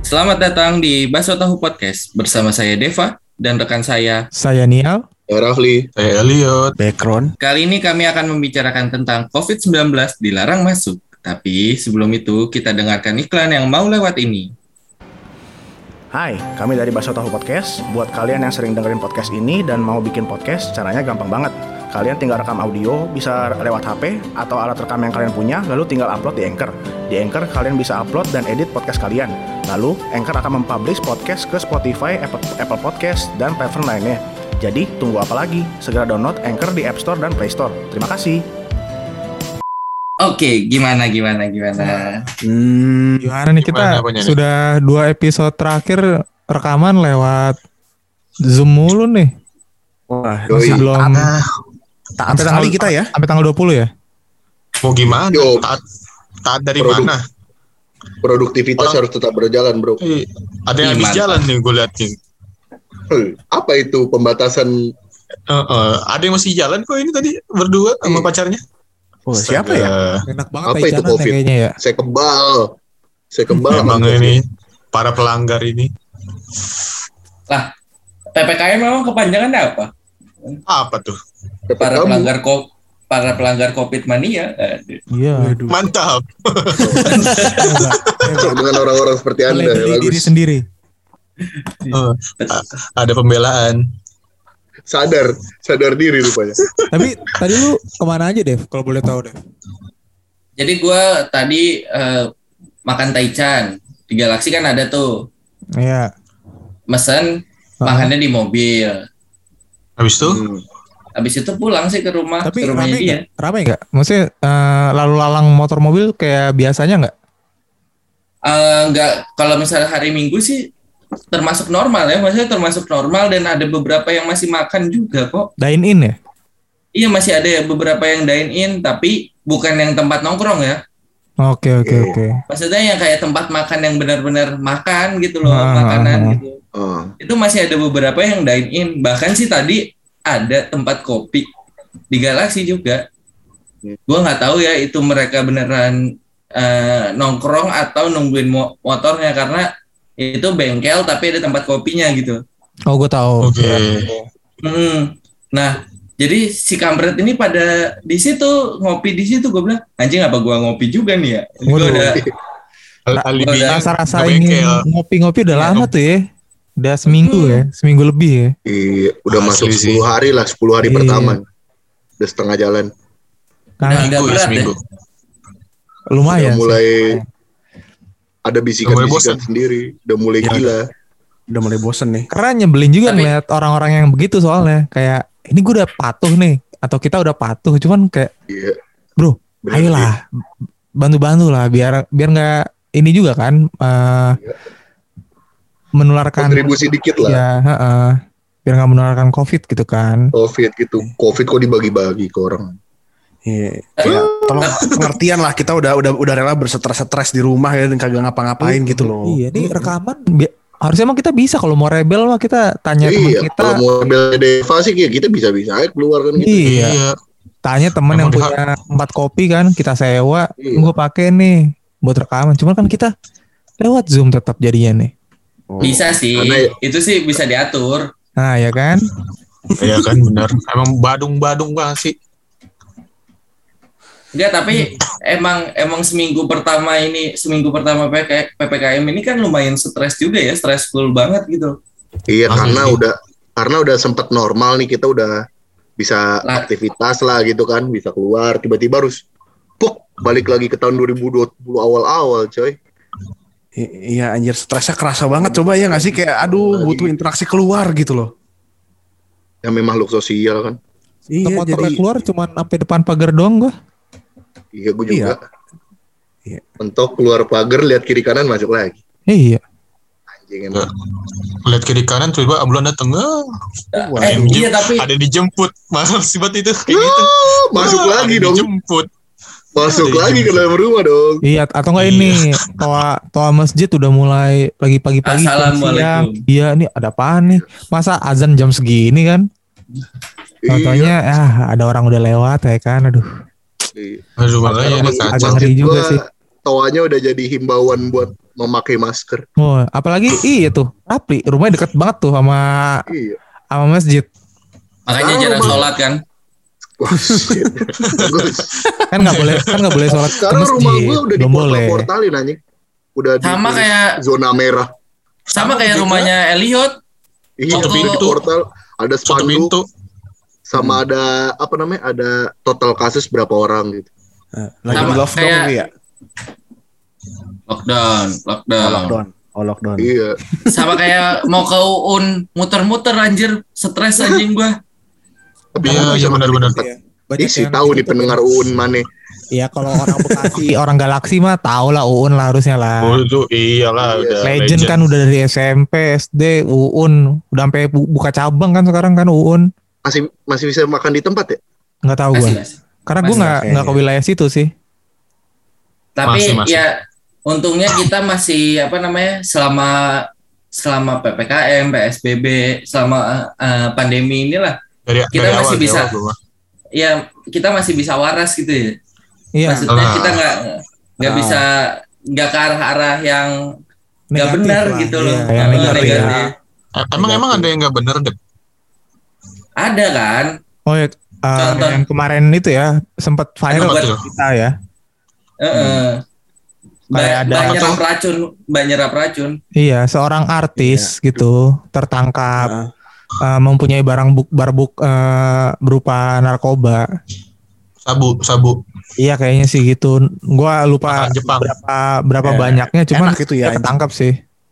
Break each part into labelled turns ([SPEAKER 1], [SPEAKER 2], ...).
[SPEAKER 1] Selamat datang di Baso Tahu Podcast bersama saya Deva dan rekan saya.
[SPEAKER 2] Saya Nial.
[SPEAKER 3] Rafli.
[SPEAKER 4] Saya Elliot.
[SPEAKER 5] Background.
[SPEAKER 1] Kali ini kami akan membicarakan tentang COVID-19 dilarang masuk. Tapi sebelum itu kita dengarkan iklan yang mau lewat ini.
[SPEAKER 5] Hai, kami dari Baso Tahu Podcast. Buat kalian yang sering dengerin podcast ini dan mau bikin podcast, caranya gampang banget. Kalian tinggal rekam audio, bisa lewat HP atau alat rekam yang kalian punya, lalu tinggal upload di Anchor. Di Anchor kalian bisa upload dan edit podcast kalian. Lalu Anchor akan mempublish podcast ke Spotify, Apple Podcast, dan platform lainnya. Jadi tunggu apa lagi? Segera download Anchor di App Store dan Play Store. Terima kasih.
[SPEAKER 1] Oke, gimana?
[SPEAKER 2] Gimana nih, kita sudah 2 episode terakhir rekaman lewat Zoom mulu nih.
[SPEAKER 5] Wah,
[SPEAKER 2] masih belum
[SPEAKER 5] taat sekali kita ya.
[SPEAKER 2] Sampai tanggal 20 ya.
[SPEAKER 4] Mau gimana? Taat dari mana?
[SPEAKER 3] Produktivitas harus tetap berjalan, bro.
[SPEAKER 4] Ada yang habis jalan nih gue liatin.
[SPEAKER 3] Apa itu pembatasan?
[SPEAKER 4] Ada yang masih jalan kok ini tadi berdua sama pacarnya.
[SPEAKER 5] Oh, siapa ya?
[SPEAKER 2] Enak banget
[SPEAKER 3] apa itu COVID?
[SPEAKER 2] kayaknya ya.
[SPEAKER 3] Saya kebal.
[SPEAKER 4] Emang ini para pelanggar ini.
[SPEAKER 1] Lah, PPKM memang kepanjangannya apa?
[SPEAKER 4] Apa tuh?
[SPEAKER 1] Para pelanggar COVID mania.
[SPEAKER 2] Iya.
[SPEAKER 4] Mantap.
[SPEAKER 3] Dengan orang-orang seperti Anda, bagus.
[SPEAKER 2] Diri sendiri.
[SPEAKER 4] Ada pembelaan.
[SPEAKER 3] Sadar diri rupanya.
[SPEAKER 2] Tapi tadi lu kemana aja, Dev? Kalau boleh tahu, Dev.
[SPEAKER 1] Jadi gue tadi makan taichan. Di Galaxy kan ada tuh.
[SPEAKER 2] Iya.
[SPEAKER 1] Mesen makannya di mobil. Habis itu pulang sih ke rumah.
[SPEAKER 2] Tapi
[SPEAKER 1] ke rumahnya dia.
[SPEAKER 2] Ramai nggak? Maksudnya lalu lalang motor mobil kayak biasanya nggak?
[SPEAKER 1] Nggak. Kalau misalnya hari Minggu sih termasuk normal ya. Maksudnya termasuk normal dan ada beberapa yang masih makan juga kok.
[SPEAKER 2] Dine in ya?
[SPEAKER 1] Iya, masih ada beberapa yang dine in, tapi bukan yang tempat nongkrong ya.
[SPEAKER 2] Oke.
[SPEAKER 1] Maksudnya yang kayak tempat makan yang benar-benar makan gitu loh, makanan gitu. Itu masih ada beberapa yang dine in. Bahkan sih tadi ada tempat kopi di Galaxy juga. Gua nggak tahu ya itu mereka beneran nongkrong atau nungguin motornya, karena itu bengkel tapi ada tempat kopinya gitu.
[SPEAKER 2] Oh, gue tahu.
[SPEAKER 4] Oke.
[SPEAKER 1] Nah, jadi si kampret ini pada di situ ngopi di situ. Gue bilang, anjing apa gue ngopi juga nih ya? Gue udah
[SPEAKER 2] rasa ingin ngopi-ngopi udah lama tuh ya. Udah seminggu lebih ya.
[SPEAKER 3] Iya, udah masuk 10 hari lah, 10 hari pertama. Udah setengah jalan.
[SPEAKER 1] Udah berat ya.
[SPEAKER 2] Lumayan.
[SPEAKER 3] Udah mulai ada bisikan-bisikan sendiri. Udah mulai gila.
[SPEAKER 5] Udah mulai bosen nih.
[SPEAKER 2] Karena nyebelin juga ngeliat orang-orang yang begitu soalnya. Kayak, ini gue udah patuh nih. Atau kita udah patuh. Cuman kayak, bro, ayolah. Bantu-bantu lah. Biar gak ini juga kan. Menularkan.
[SPEAKER 3] Kontribusi dikit lah.
[SPEAKER 2] Ya, biar gak menularkan COVID gitu kan.
[SPEAKER 3] COVID kok dibagi-bagi ke orang.
[SPEAKER 5] Iya. Ya, tolong pengertian lah, kita udah rela bersetres di rumah ya dan kagak ngapa-ngapain gitu loh.
[SPEAKER 2] Iya, ini rekaman harusnya emang kita bisa, kalau mau rebel mah kita tanya teman kita.
[SPEAKER 3] Kalau mau rebel Deva sih kita bisa aja keluar kan gitu.
[SPEAKER 2] Iya. Tanya teman yang punya 4 kopi kan, kita sewa, gue pakai nih buat rekaman. Cuman kan kita lewat Zoom tetap jadinya nih.
[SPEAKER 1] Bisa sih, itu sih bisa diatur.
[SPEAKER 2] Nah, ya kan?
[SPEAKER 4] Iya kan, benar. Emang badung banget sih.
[SPEAKER 1] Enggak, tapi emang seminggu pertama PPKM ini kan lumayan stres juga ya, stressful banget gitu.
[SPEAKER 3] Iya, karena udah sempet normal nih, kita udah bisa aktivitas lah gitu kan, bisa keluar, tiba-tiba harus balik lagi ke tahun 2020 awal-awal, coy.
[SPEAKER 5] Iya anjir, stresnya kerasa banget, coba ya nggak sih, kayak butuh interaksi keluar gitu loh.
[SPEAKER 3] Ya memang makhluk sosial kan.
[SPEAKER 2] Iya, jadi keluar cuman sampai depan pagar doang gua.
[SPEAKER 3] Iya, gue juga. Iya. Mentok keluar pagar, lihat kiri kanan, masuk lagi.
[SPEAKER 2] Iya.
[SPEAKER 3] Anjing emang.
[SPEAKER 4] Lihat kiri kanan, tiba-tiba ambulan dateng.
[SPEAKER 1] Iya, tapi
[SPEAKER 4] ada dijemput. Mahal sih buat itu kayak gitu.
[SPEAKER 3] Masuk lagi dong.
[SPEAKER 4] Dijemput.
[SPEAKER 3] Masuk lagi ke dalam rumah dong.
[SPEAKER 2] Iya, atau enggak ini toa masjid udah mulai lagi pagi-pagi siang. Iya, ini ada apaan nih? Masa azan jam segini kan? Contohnya
[SPEAKER 3] Iya.
[SPEAKER 2] ada orang udah lewat ya kan, aduh.
[SPEAKER 4] Aduh, makanya
[SPEAKER 2] agak ngeri juga sih.
[SPEAKER 3] toanya udah jadi himbauan buat memakai masker.
[SPEAKER 2] Oh, apalagi iya tuh, Rapli rumahnya deket banget tuh sama masjid.
[SPEAKER 1] Makanya jarang sholat kan.
[SPEAKER 3] Wah, shit. Bagus.
[SPEAKER 2] Kan nggak boleh sholat ke
[SPEAKER 3] Sekarang
[SPEAKER 2] masjid.
[SPEAKER 3] rumah gue udah
[SPEAKER 2] Belum boleh.
[SPEAKER 3] diportal-portalin anjing. Udah
[SPEAKER 1] Sama kayak
[SPEAKER 3] zona merah.
[SPEAKER 1] sama kayak rumahnya Elliot.
[SPEAKER 3] Iya,
[SPEAKER 4] Satu
[SPEAKER 3] di
[SPEAKER 4] pintu.
[SPEAKER 3] portal ada
[SPEAKER 4] Satu
[SPEAKER 3] spanduk
[SPEAKER 4] pintu.
[SPEAKER 3] sama ada apa namanya? Ada total kasus berapa orang gitu.
[SPEAKER 5] Lagi
[SPEAKER 1] Sama
[SPEAKER 5] di lockdown
[SPEAKER 1] kayak-
[SPEAKER 5] ya? Lockdown.
[SPEAKER 3] Iya.
[SPEAKER 1] Sama kayak mau ke UUN muter-muter anjir, stres anjing gua.
[SPEAKER 3] Tapi
[SPEAKER 4] Iya,
[SPEAKER 3] kok bisa
[SPEAKER 4] iya, benar-benar.
[SPEAKER 3] makan di tempat?
[SPEAKER 2] Banyak
[SPEAKER 3] Ih, sih
[SPEAKER 2] yang
[SPEAKER 3] tahu nih
[SPEAKER 2] gitu.
[SPEAKER 3] pendengar UUN mana.
[SPEAKER 2] Iya, kalau orang Bekasi, orang Galaksi mah tau lah UUN lah harusnya lah.
[SPEAKER 4] Oh itu iyalah
[SPEAKER 3] Iya.
[SPEAKER 4] udah
[SPEAKER 2] Legend kan udah dari SMP, SD, UUN, udah sampai buka cabang kan sekarang kan UUN.
[SPEAKER 3] Masih bisa makan di tempat ya?
[SPEAKER 2] Nggak tahu gue.
[SPEAKER 1] Masih.
[SPEAKER 2] Karena gue
[SPEAKER 1] Masih.
[SPEAKER 2] nggak ke wilayah situ sih.
[SPEAKER 1] Tapi
[SPEAKER 4] Masih.
[SPEAKER 1] ya untungnya kita masih selama PPKM, PSBB, selama pandemi inilah kita
[SPEAKER 4] dari
[SPEAKER 1] masih
[SPEAKER 4] awal,
[SPEAKER 1] bisa.
[SPEAKER 4] dari awal.
[SPEAKER 1] Ya kita masih bisa waras gitu ya.
[SPEAKER 2] Iya.
[SPEAKER 1] Maksudnya
[SPEAKER 4] Ah.
[SPEAKER 1] kita nggak bisa nggak ke arah yang nggak
[SPEAKER 2] Negatif
[SPEAKER 1] benar
[SPEAKER 2] lah.
[SPEAKER 1] gitu loh.
[SPEAKER 2] Iya, yang negatif.
[SPEAKER 4] Emang ada yang nggak bener deh.
[SPEAKER 1] Ada kan?
[SPEAKER 2] Oh ya,
[SPEAKER 1] Contoh.
[SPEAKER 2] yang kemarin itu ya sempat viral
[SPEAKER 4] Apa
[SPEAKER 2] buat
[SPEAKER 4] tuh?
[SPEAKER 2] kita ya. Kayak ada
[SPEAKER 1] Mbak nyerap racun.
[SPEAKER 2] Iya, seorang artis gitu tertangkap mempunyai barang berupa narkoba.
[SPEAKER 4] Sabu.
[SPEAKER 2] Iya kayaknya sih gitu. Gua lupa
[SPEAKER 4] Makanan Jepang.
[SPEAKER 2] berapa
[SPEAKER 5] Ya,
[SPEAKER 2] banyaknya, cuman
[SPEAKER 5] enak itu ya.
[SPEAKER 2] dia ketangkap sih.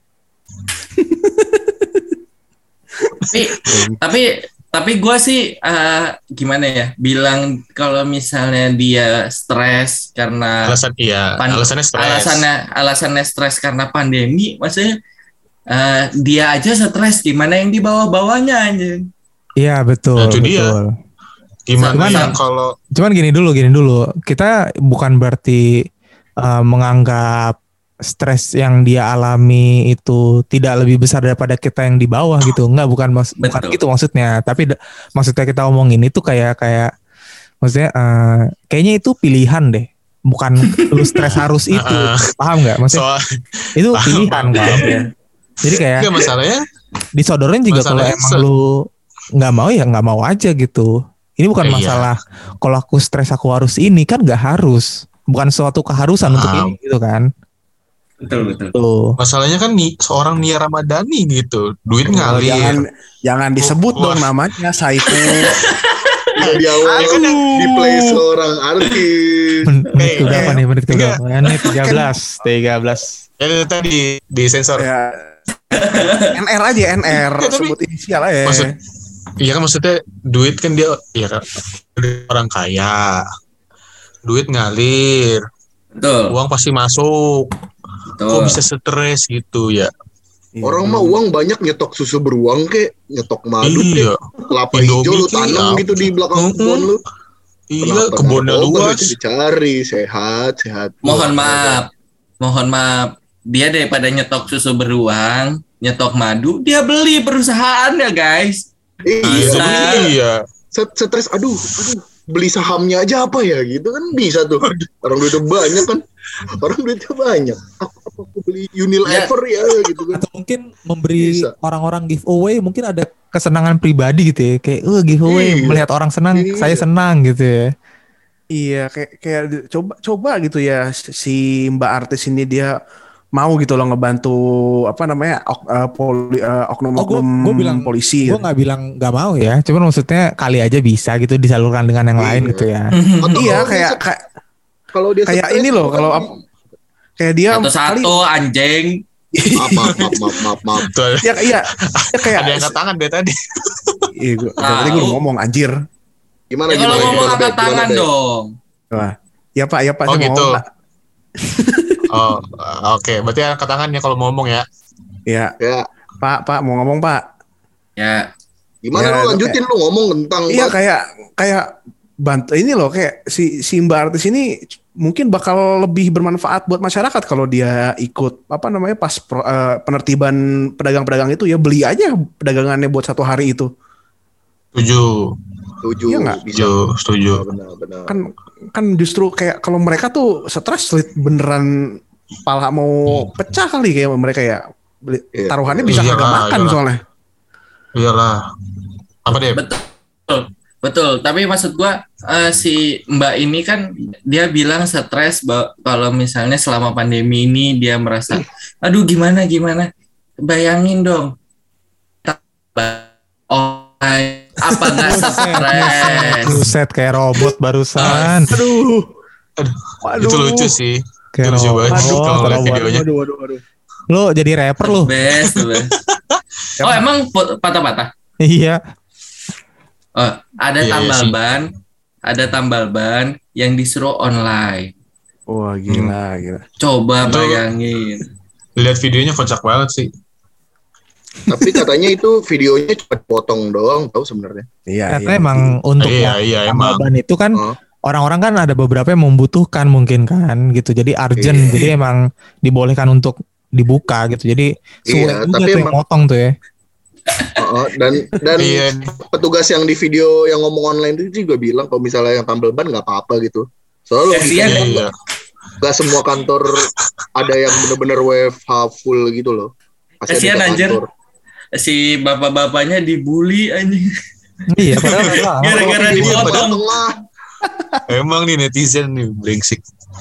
[SPEAKER 1] Tapi gue sih gimana ya bilang kalau misalnya dia stres karena
[SPEAKER 4] Alasannya stres.
[SPEAKER 1] alasannya stres karena pandemi, maksudnya dia aja stres, gimana yang di bawah-bawahnya anjing.
[SPEAKER 2] Iya betul.
[SPEAKER 4] Nah, itu dia.
[SPEAKER 2] Betul.
[SPEAKER 4] Gimana yang kalau
[SPEAKER 2] Cuman gini dulu. Kita bukan berarti menganggap stres yang dia alami itu tidak lebih besar daripada kita yang di bawah gitu. Enggak, bukan gitu maksudnya. Tapi maksudnya kita omongin itu kayak maksudnya kayaknya itu pilihan deh. Bukan lu stres harus itu. Paham nggak? Maksudnya itu pilihan kan. Jadi kayak
[SPEAKER 4] nggak masalahnya
[SPEAKER 2] disodorin juga kalau emang lu nggak mau ya nggak mau aja gitu. Ini bukan masalah kalau aku stres aku harus ini, kan nggak harus. Bukan suatu keharusan untuk ini gitu kan.
[SPEAKER 1] Betul.
[SPEAKER 2] Tuh.
[SPEAKER 4] Masalahnya kan seorang Nia Ramadhani gitu, duit ngalir.
[SPEAKER 5] Jangan disebut dong namanya Saiful.
[SPEAKER 3] Di awal di play seorang artis.
[SPEAKER 2] Menit berapa nih? Menit berapa? Menit 13.
[SPEAKER 4] Ya tadi di sensor.
[SPEAKER 5] Ya. NR aja, NR. Sebut inisial aja.
[SPEAKER 4] Iya kan maksudnya duit kan dia kan orang kaya. Duit ngalir.
[SPEAKER 1] Betul.
[SPEAKER 4] Uang pasti masuk.
[SPEAKER 1] Betul.
[SPEAKER 4] Kok bisa stres gitu ya?
[SPEAKER 3] Orang mah uang banyak, nyetok susu beruang kek, nyetok madu kek, kelapa hijau lu tanam gitu di belakang kebun lu.
[SPEAKER 4] Iya, kebunnya luas.
[SPEAKER 3] Dicari sehat.
[SPEAKER 1] Mohon maaf. Dia daripada nyetok susu beruang, nyetok madu, dia beli perusahaannya, guys.
[SPEAKER 3] Iya. Stres, aduh, beli sahamnya aja apa ya gitu kan bisa tuh. Orang duitnya banyak kan. Aku beli Unilever ya gitu kan.
[SPEAKER 2] Atau mungkin memberi orang-orang giveaway, mungkin ada kesenangan pribadi gitu ya. Kayak giveaway melihat orang senang, saya senang gitu ya.
[SPEAKER 5] Iya, kayak coba gitu ya si Mbak artis ini dia mau gitu loh ngebantu oknum-oknum polisi.
[SPEAKER 2] Gue nggak bilang nggak mau ya, cuman maksudnya kali aja bisa gitu disalurkan dengan yang lain gitu ya.
[SPEAKER 5] Iya, kalau dia kayak ini loh, kalau kayak dia
[SPEAKER 1] satu anjing.
[SPEAKER 3] Maaf.
[SPEAKER 5] Iya, kayak
[SPEAKER 4] ada yang angkat tangan deh tadi.
[SPEAKER 5] Iya, tadi gue udah ngomong anjir.
[SPEAKER 3] Gimana?
[SPEAKER 1] Kalau ngomong angkat tangan dong.
[SPEAKER 5] Wah, ya Pak,
[SPEAKER 4] Oh gitu.
[SPEAKER 5] Ngomong, Pak.
[SPEAKER 4] Oh, oke. Berarti angkat tangan ya kalau ngomong ya.
[SPEAKER 5] Ya. Pak mau ngomong Pak.
[SPEAKER 1] Ya.
[SPEAKER 3] Gimana lu lanjutin lu ngomong tentang.
[SPEAKER 5] Iya kayak bantu ini loh, kayak si Mbak artis ini mungkin bakal lebih bermanfaat buat masyarakat kalau dia ikut pas penertiban pedagang-pedagang itu ya, beli aja pedagangannya buat satu hari itu.
[SPEAKER 4] Setuju.
[SPEAKER 5] Iya nggak?
[SPEAKER 4] Setuju.
[SPEAKER 3] Benar.
[SPEAKER 5] Kan kan justru kayak kalau mereka tuh stres beneran pala mau pecah kali kayak mereka ya. Taruhannya bisa kagak makan soalnya.
[SPEAKER 4] Iyalah. Apa deh?
[SPEAKER 1] Betul. Tapi maksud gua si Mbak ini kan dia bilang stres kalau misalnya selama pandemi ini dia merasa aduh gimana. Bayangin dong. Apa nggak stres?
[SPEAKER 2] Buset kayak robot barusan.
[SPEAKER 5] Aduh.
[SPEAKER 4] Itu lucu sih.
[SPEAKER 2] Kayak
[SPEAKER 4] lucu banget kalau lihat videonya.
[SPEAKER 5] Waduh.
[SPEAKER 2] Lo jadi rapper lo.
[SPEAKER 1] Best. Oh emang patah-patah?
[SPEAKER 2] Iya.
[SPEAKER 1] Oh, ada tambal ban yang disuruh online.
[SPEAKER 5] Wah gila.
[SPEAKER 1] Coba bayangin.
[SPEAKER 5] Lihat videonya kocak banget sih.
[SPEAKER 3] Tapi katanya itu videonya cuma potong doang tahu sebenarnya.
[SPEAKER 2] Iya. Katanya emang untuk tambal ban itu kan orang-orang kan ada beberapa yang membutuhkan mungkin kan gitu. Jadi urgent. Jadi emang dibolehkan untuk dibuka gitu. Jadi sulit juga tuh yang motong tuh ya. Dan petugas yang di video yang ngomong online itu juga bilang kalau misalnya yang tambal ban nggak apa-apa gitu. Soalnya nggak semua kantor ada yang benar-benar WFH full gitu loh.
[SPEAKER 1] Kasian anjir. Si bapak-bapaknya dibully anjing.
[SPEAKER 2] Iya, padahal
[SPEAKER 1] gara-gara dipotong.
[SPEAKER 4] Emang nih netizen nih brengsek.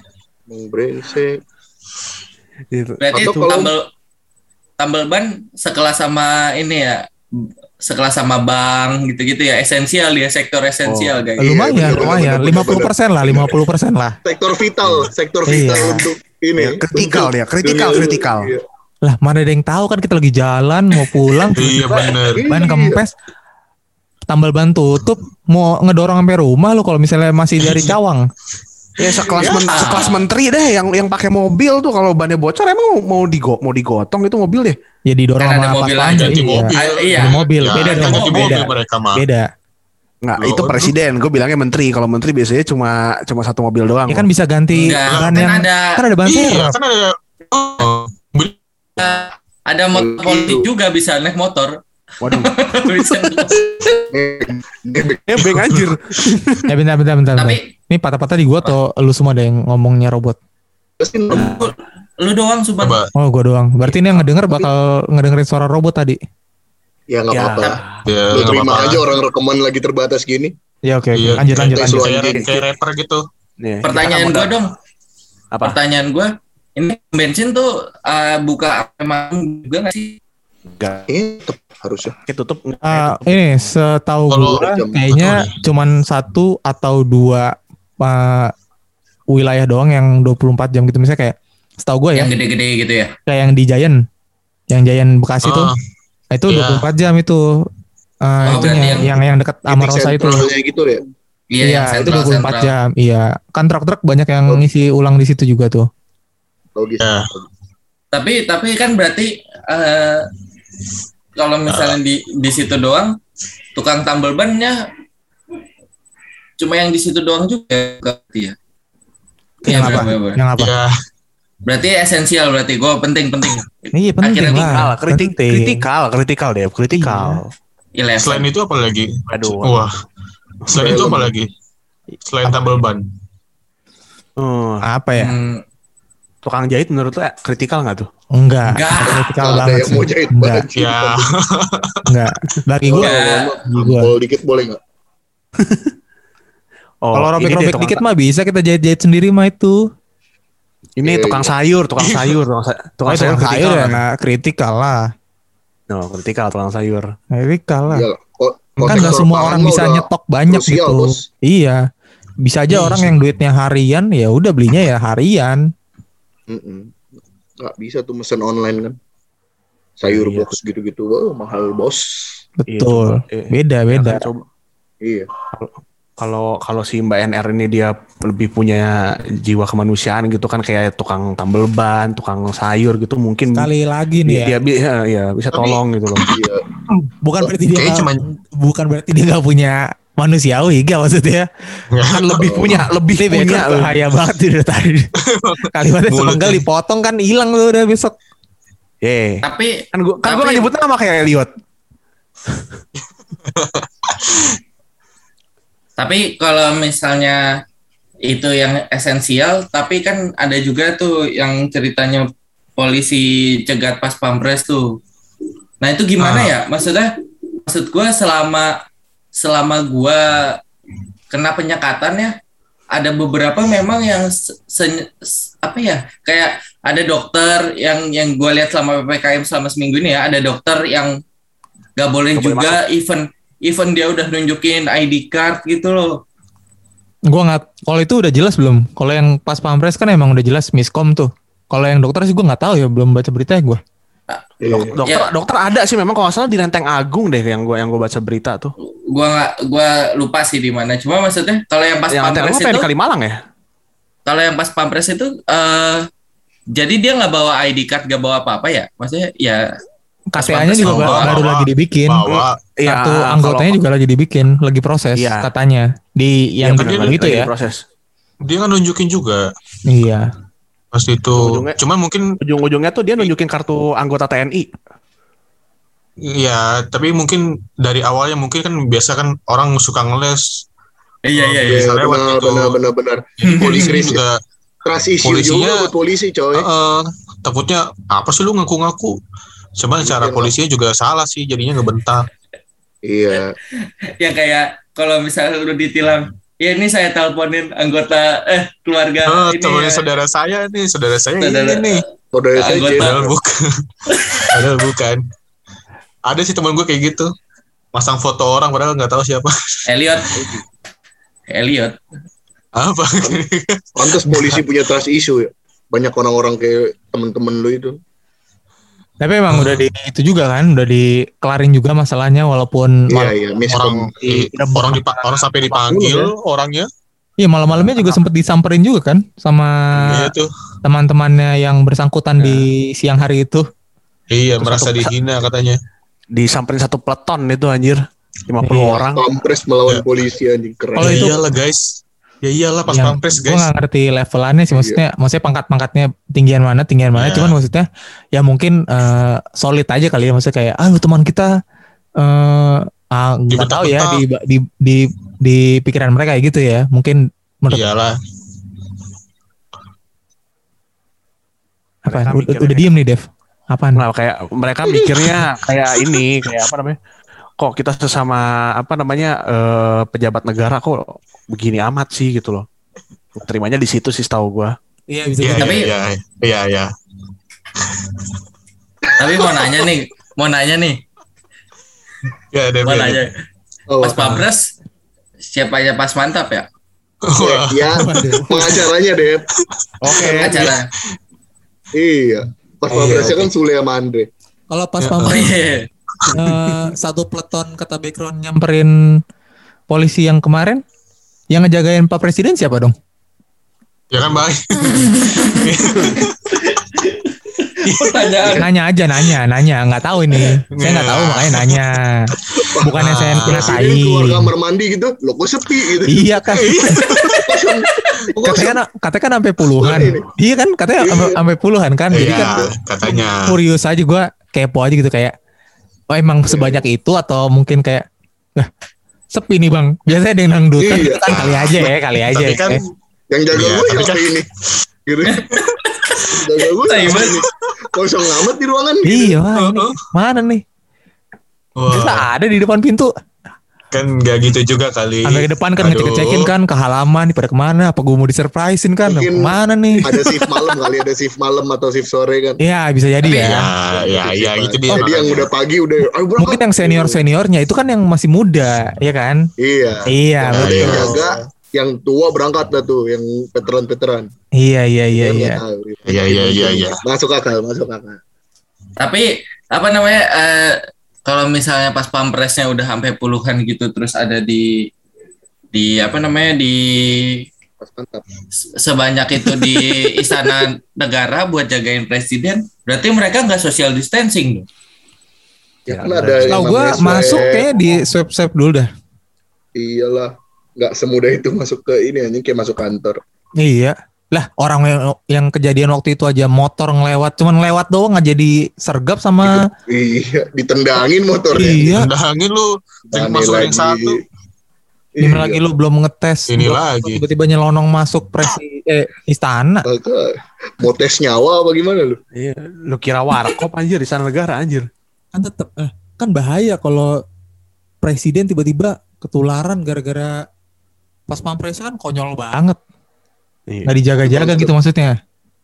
[SPEAKER 1] Berarti itu tambal ban sekelas sama ini ya, sekelas sama bank gitu-gitu ya, esensial ya, sektor esensial guys.
[SPEAKER 2] Lumayan, 50% lah.
[SPEAKER 3] Sektor vital untuk ini.
[SPEAKER 5] Kritikal.
[SPEAKER 2] Lah mana ada yang tahu kan kita lagi jalan mau pulang.
[SPEAKER 4] Iya bener.
[SPEAKER 2] Ban kempes, tambal ban tutup, mau ngedorong sampai rumah lo kalau misalnya masih dari Cawang.
[SPEAKER 5] Ya sekelas menteri deh yang pakai mobil tuh kalau bannya bocor emang mau digotong itu mobil deh.
[SPEAKER 2] Ya didorong sama
[SPEAKER 4] mobil
[SPEAKER 2] aja.
[SPEAKER 1] Iya.
[SPEAKER 2] Mobil beda dong. Beda.
[SPEAKER 5] Nggak, itu presiden. Gue bilangnya menteri. Kalau menteri biasanya cuma satu mobil doang.
[SPEAKER 2] Ya kan bisa ganti ban yang kan ada ban serep.
[SPEAKER 4] Kan
[SPEAKER 1] ada motor politik juga bisa naik motor.
[SPEAKER 5] Waduh. Nebeng anjir.
[SPEAKER 2] Ya bentar.
[SPEAKER 1] Tapi
[SPEAKER 2] ini patah-patah di gua atau lu semua ada yang ngomongnya robot?
[SPEAKER 1] Lu doang Suban.
[SPEAKER 2] Oh gua doang. Berarti ini yang bakal ngedengerin suara robot tadi.
[SPEAKER 3] Ya nggak apa-apa. Lu terima aja orang rekaman lagi terbatas gini.
[SPEAKER 2] Ya oke. Lanjut.
[SPEAKER 4] Kayak rapper gitu.
[SPEAKER 1] Pertanyaan gua dong.
[SPEAKER 5] Apa?
[SPEAKER 1] Pertanyaan gua, ini bensin tuh buka emang juga nggak sih?
[SPEAKER 5] Enggak. Harusnya
[SPEAKER 3] tutup.
[SPEAKER 2] Ini setahu gua kayaknya cuman 1 atau 2 wilayah doang yang 24 jam gitu, misalnya kayak setahu gua ya.
[SPEAKER 1] Yang gede-gede gitu ya.
[SPEAKER 2] Kayak yang di Giant. Yang Giant Bekasi tuh. Itu 24 jam itu. Itu yang dekat Amarosa itu.
[SPEAKER 3] Gitu ya.
[SPEAKER 2] Iya, itu 24 jam. Iya. Kan truk-truk banyak yang ngisi ulang di situ juga tuh.
[SPEAKER 3] Logis.
[SPEAKER 1] Tapi kan berarti kalau misalnya di situ doang, tukang tambal bannya cuma yang di situ doang juga berarti ya.
[SPEAKER 2] Yang apa?
[SPEAKER 4] Ya.
[SPEAKER 1] Berarti esensial, berarti gue penting.
[SPEAKER 2] Iya penting lah.
[SPEAKER 5] Kritikal deh.
[SPEAKER 1] Iya.
[SPEAKER 4] Selain itu apa lagi?
[SPEAKER 5] Aduh.
[SPEAKER 4] Wah. Selain itu apa lagi? Selain tambal ban.
[SPEAKER 2] Apa ya?
[SPEAKER 5] Tukang jahit menurut lo kritikal nggak tuh?
[SPEAKER 2] Enggak. Kritikal banget sih.
[SPEAKER 3] Enggak.
[SPEAKER 4] Ya.
[SPEAKER 2] Enggak. Bagi gue.
[SPEAKER 3] Ampol dikit boleh nggak?
[SPEAKER 2] Kalau robek-robek dikit mah bisa kita jahit-jahit sendiri mah itu.
[SPEAKER 5] Ini tukang sayur. Tukang sayur
[SPEAKER 2] ya nggak kritikal lah.
[SPEAKER 5] No, kritikal tukang sayur.
[SPEAKER 2] Kritikal lah. Kan nggak semua orang bisa nyetok banyak gitu. Bos. Iya. Bisa aja orang yang duitnya harian ya udah belinya ya harian.
[SPEAKER 3] Nggak bisa tuh mesen online kan. Sayur box gitu-gitu. Wow, mahal bos.
[SPEAKER 2] Betul. Beda. Ya,
[SPEAKER 3] coba. Iya.
[SPEAKER 5] Kalau si Mbak NR ini dia lebih punya jiwa kemanusiaan gitu kan, kayak tukang tambal ban, tukang sayur gitu mungkin.
[SPEAKER 2] Sekali lagi nih
[SPEAKER 5] dia bisa tolong gitu loh.
[SPEAKER 3] Iya.
[SPEAKER 2] Bukan berarti dia nggak punya manusiawi gak maksudnya.
[SPEAKER 5] Kan lebih punya
[SPEAKER 2] bahaya banget dari tadi. Kalimatnya sepenggal dipotong kan hilang tuh udah besok.
[SPEAKER 1] Tapi
[SPEAKER 5] gue nggak nyebut nama kayak Elliot.
[SPEAKER 1] Tapi kalau misalnya itu yang esensial, tapi kan ada juga tuh yang ceritanya polisi cegat pas pampres tuh. Nah itu gimana ya? Maksud gue selama gue kena penyekatan ya, ada beberapa memang yang kayak ada dokter yang gue lihat selama PPKM selama seminggu ini ya, ada dokter yang gak boleh juga even dia udah nunjukin ID card gitu loh.
[SPEAKER 2] Gue nggak, kalau itu udah jelas belum? Kalau yang pas pampres kan emang udah jelas miskom tuh. Kalau yang dokter sih gue nggak tahu ya, belum baca beritanya gue.
[SPEAKER 5] Dokter ada sih memang kalau nggak salah di Lenteng Agung deh yang gue baca berita tuh.
[SPEAKER 1] Gue lupa sih di mana. Cuma maksudnya kalau yang pas pampres itu
[SPEAKER 5] di Kalimalang ya.
[SPEAKER 1] Kalau yang pas pampres itu jadi dia nggak bawa ID card, nggak bawa apa-apa ya? Maksudnya ya
[SPEAKER 2] KTA-nya juga baru lagi dibikin. Kartu anggotanya juga lagi dibikin, lagi proses katanya. Di yang gitu ya.
[SPEAKER 5] Proses.
[SPEAKER 4] Dia kan nunjukin juga.
[SPEAKER 2] Iya.
[SPEAKER 4] Pas itu. Cuman mungkin
[SPEAKER 5] ujung-ujungnya tuh dia nunjukin kartu anggota TNI.
[SPEAKER 4] Iya, tapi mungkin dari awalnya mungkin kan biasa kan orang suka ngeles.
[SPEAKER 1] Iya.
[SPEAKER 3] Benar.
[SPEAKER 4] Jadi polisi juga
[SPEAKER 3] trust issue juga buat polisi coy.
[SPEAKER 4] Takutnya apa sih lu ngaku-ngaku? Cuman cara polisinya juga salah sih, jadinya ngebentak.
[SPEAKER 3] Iya.
[SPEAKER 1] Ya kayak kalau misalnya lu ditilang, ya ini saya teleponin anggota keluarga ini.
[SPEAKER 4] Teleponin saudara saya nih. Saudara saya
[SPEAKER 3] bukan.
[SPEAKER 4] Padahal bukan. Ada sih teman gue kayak gitu. Masang foto orang padahal nggak tahu siapa.
[SPEAKER 1] Elliot.
[SPEAKER 4] Apa?
[SPEAKER 3] Pantas polisi punya trust issue ya. Banyak orang-orang kayak temen-temen lu itu.
[SPEAKER 2] Tapi emang udah itu juga kan, udah dikelarin juga masalahnya walaupun
[SPEAKER 4] orang sampai dipanggil orangnya.
[SPEAKER 2] Iya, malam-malamnya juga sempat disamperin juga kan sama teman-temannya yang bersangkutan di siang hari itu.
[SPEAKER 4] Iya, merasa dihina katanya.
[SPEAKER 5] Disamperin satu peleton itu anjir. 50 orang.
[SPEAKER 3] Pampres melawan polisi anjing keren.
[SPEAKER 4] Oh iyalah guys. Ya iyalah pas pampres guys.
[SPEAKER 2] Gue gak ngerti levelannya sih, maksudnya pangkat-pangkatnya tinggian mana, cuman maksudnya ya mungkin solid aja kali ya, maksudnya kayak teman kita nggak tahu ya di pikiran mereka kayak gitu ya, mungkin menurut.
[SPEAKER 4] Iyalah.
[SPEAKER 2] Apa? Udah diem nih Dev. Apaan?
[SPEAKER 5] Nah, kayak mereka mikirnya kayak ini, kayak apa namanya? Kok kita sesama pejabat negara kok begini amat sih gitu loh. Terimanya di situ sih setahu gue.
[SPEAKER 2] Iya bisa.
[SPEAKER 1] Tapi
[SPEAKER 4] iya.
[SPEAKER 1] Tapi mau nanya nih.
[SPEAKER 4] Ya,
[SPEAKER 1] mau nanya. Pas pampres siapa aja pas mantap ya?
[SPEAKER 3] Ya, pengacaranya Dev.
[SPEAKER 1] Oke. Pengacara.
[SPEAKER 3] Iya. Pas pampresnya kan Sule sama Andre.
[SPEAKER 2] Kalau pas pampres satu peleton kata background nyamperin polisi yang kemarin, yang ngejagain Pak Presiden siapa dong?
[SPEAKER 4] Ya kan baik.
[SPEAKER 2] Pertanyaan. Nanya, nggak tahu ini. Saya nggak tahu makanya nanya. Bukannya saya nyatain.
[SPEAKER 3] Keluar kamar mandi gitu, lo kok sepi gitu.
[SPEAKER 2] Iya kan. Katanya kan sampai puluhan. Iya kan, katanya sampai puluhan kan. Jadi kan
[SPEAKER 4] katanya.
[SPEAKER 2] Kurius aja gue, kepo aja gitu kayak. Oh emang sebanyak itu atau mungkin kayak sepi nih bang. Biasanya ada yang nangdutan kan kali aja.
[SPEAKER 4] Tapi kan
[SPEAKER 3] yang jaga gue siapa ini? Gitu. Jaga gue ini. Kosong amat di ruangan.
[SPEAKER 2] Iya mana nih? Bisa ada di depan pintu.
[SPEAKER 4] Kan gak gitu juga kali.
[SPEAKER 2] Sampai ke depan kan ngecek-ngecekin kan ke halaman nih pada kemana? Apa gue mau disurprisein kan? Kemana nih?
[SPEAKER 3] Ada shift malam kali, ada shift malam atau shift sore kan?
[SPEAKER 2] Iya bisa jadi ya.
[SPEAKER 4] Iya gitu dia.
[SPEAKER 3] Jadi yang udah pagi udah.
[SPEAKER 2] Mungkin yang seniornya itu kan yang masih muda, ya kan?
[SPEAKER 3] Iya. Ada yang jaga, yang tua berangkat dah tuh, yang veteran.
[SPEAKER 2] Iya.
[SPEAKER 3] Masuk akal.
[SPEAKER 1] Tapi apa namanya? Kalau misalnya pas pampresnya udah sampai puluhan gitu, terus ada di apa namanya di sebanyak itu di Istana Negara buat jagain presiden, berarti mereka nggak social distancing dong?
[SPEAKER 3] Ya kan ada.
[SPEAKER 2] Tahu gue masuk kayak di swab dulu dah.
[SPEAKER 3] Iyalah, nggak semudah itu masuk ke ini anjing, kayak masuk kantor.
[SPEAKER 2] Iya. Lah orang yang kejadian waktu itu aja motor cuman lewat doang nggak jadi sergap sama.
[SPEAKER 3] Iya, ditendangin motornya.
[SPEAKER 2] Iya.
[SPEAKER 4] Ditendangin lu, masuk yang satu.
[SPEAKER 2] Gimana lagi lu belum ngetes?
[SPEAKER 4] Ini lagi.
[SPEAKER 2] Tiba-tiba nyelonong masuk istana.
[SPEAKER 3] Mau tes nyawa apa gimana lu?
[SPEAKER 6] Iya, lu kira warkop anjir di sana negara anjir.
[SPEAKER 2] Kan tetep kan bahaya kalau presiden tiba-tiba ketularan gara-gara pas pampres kan konyol banget.
[SPEAKER 6] Iya.
[SPEAKER 2] Nggak dijaga-jaga gitu maksudnya.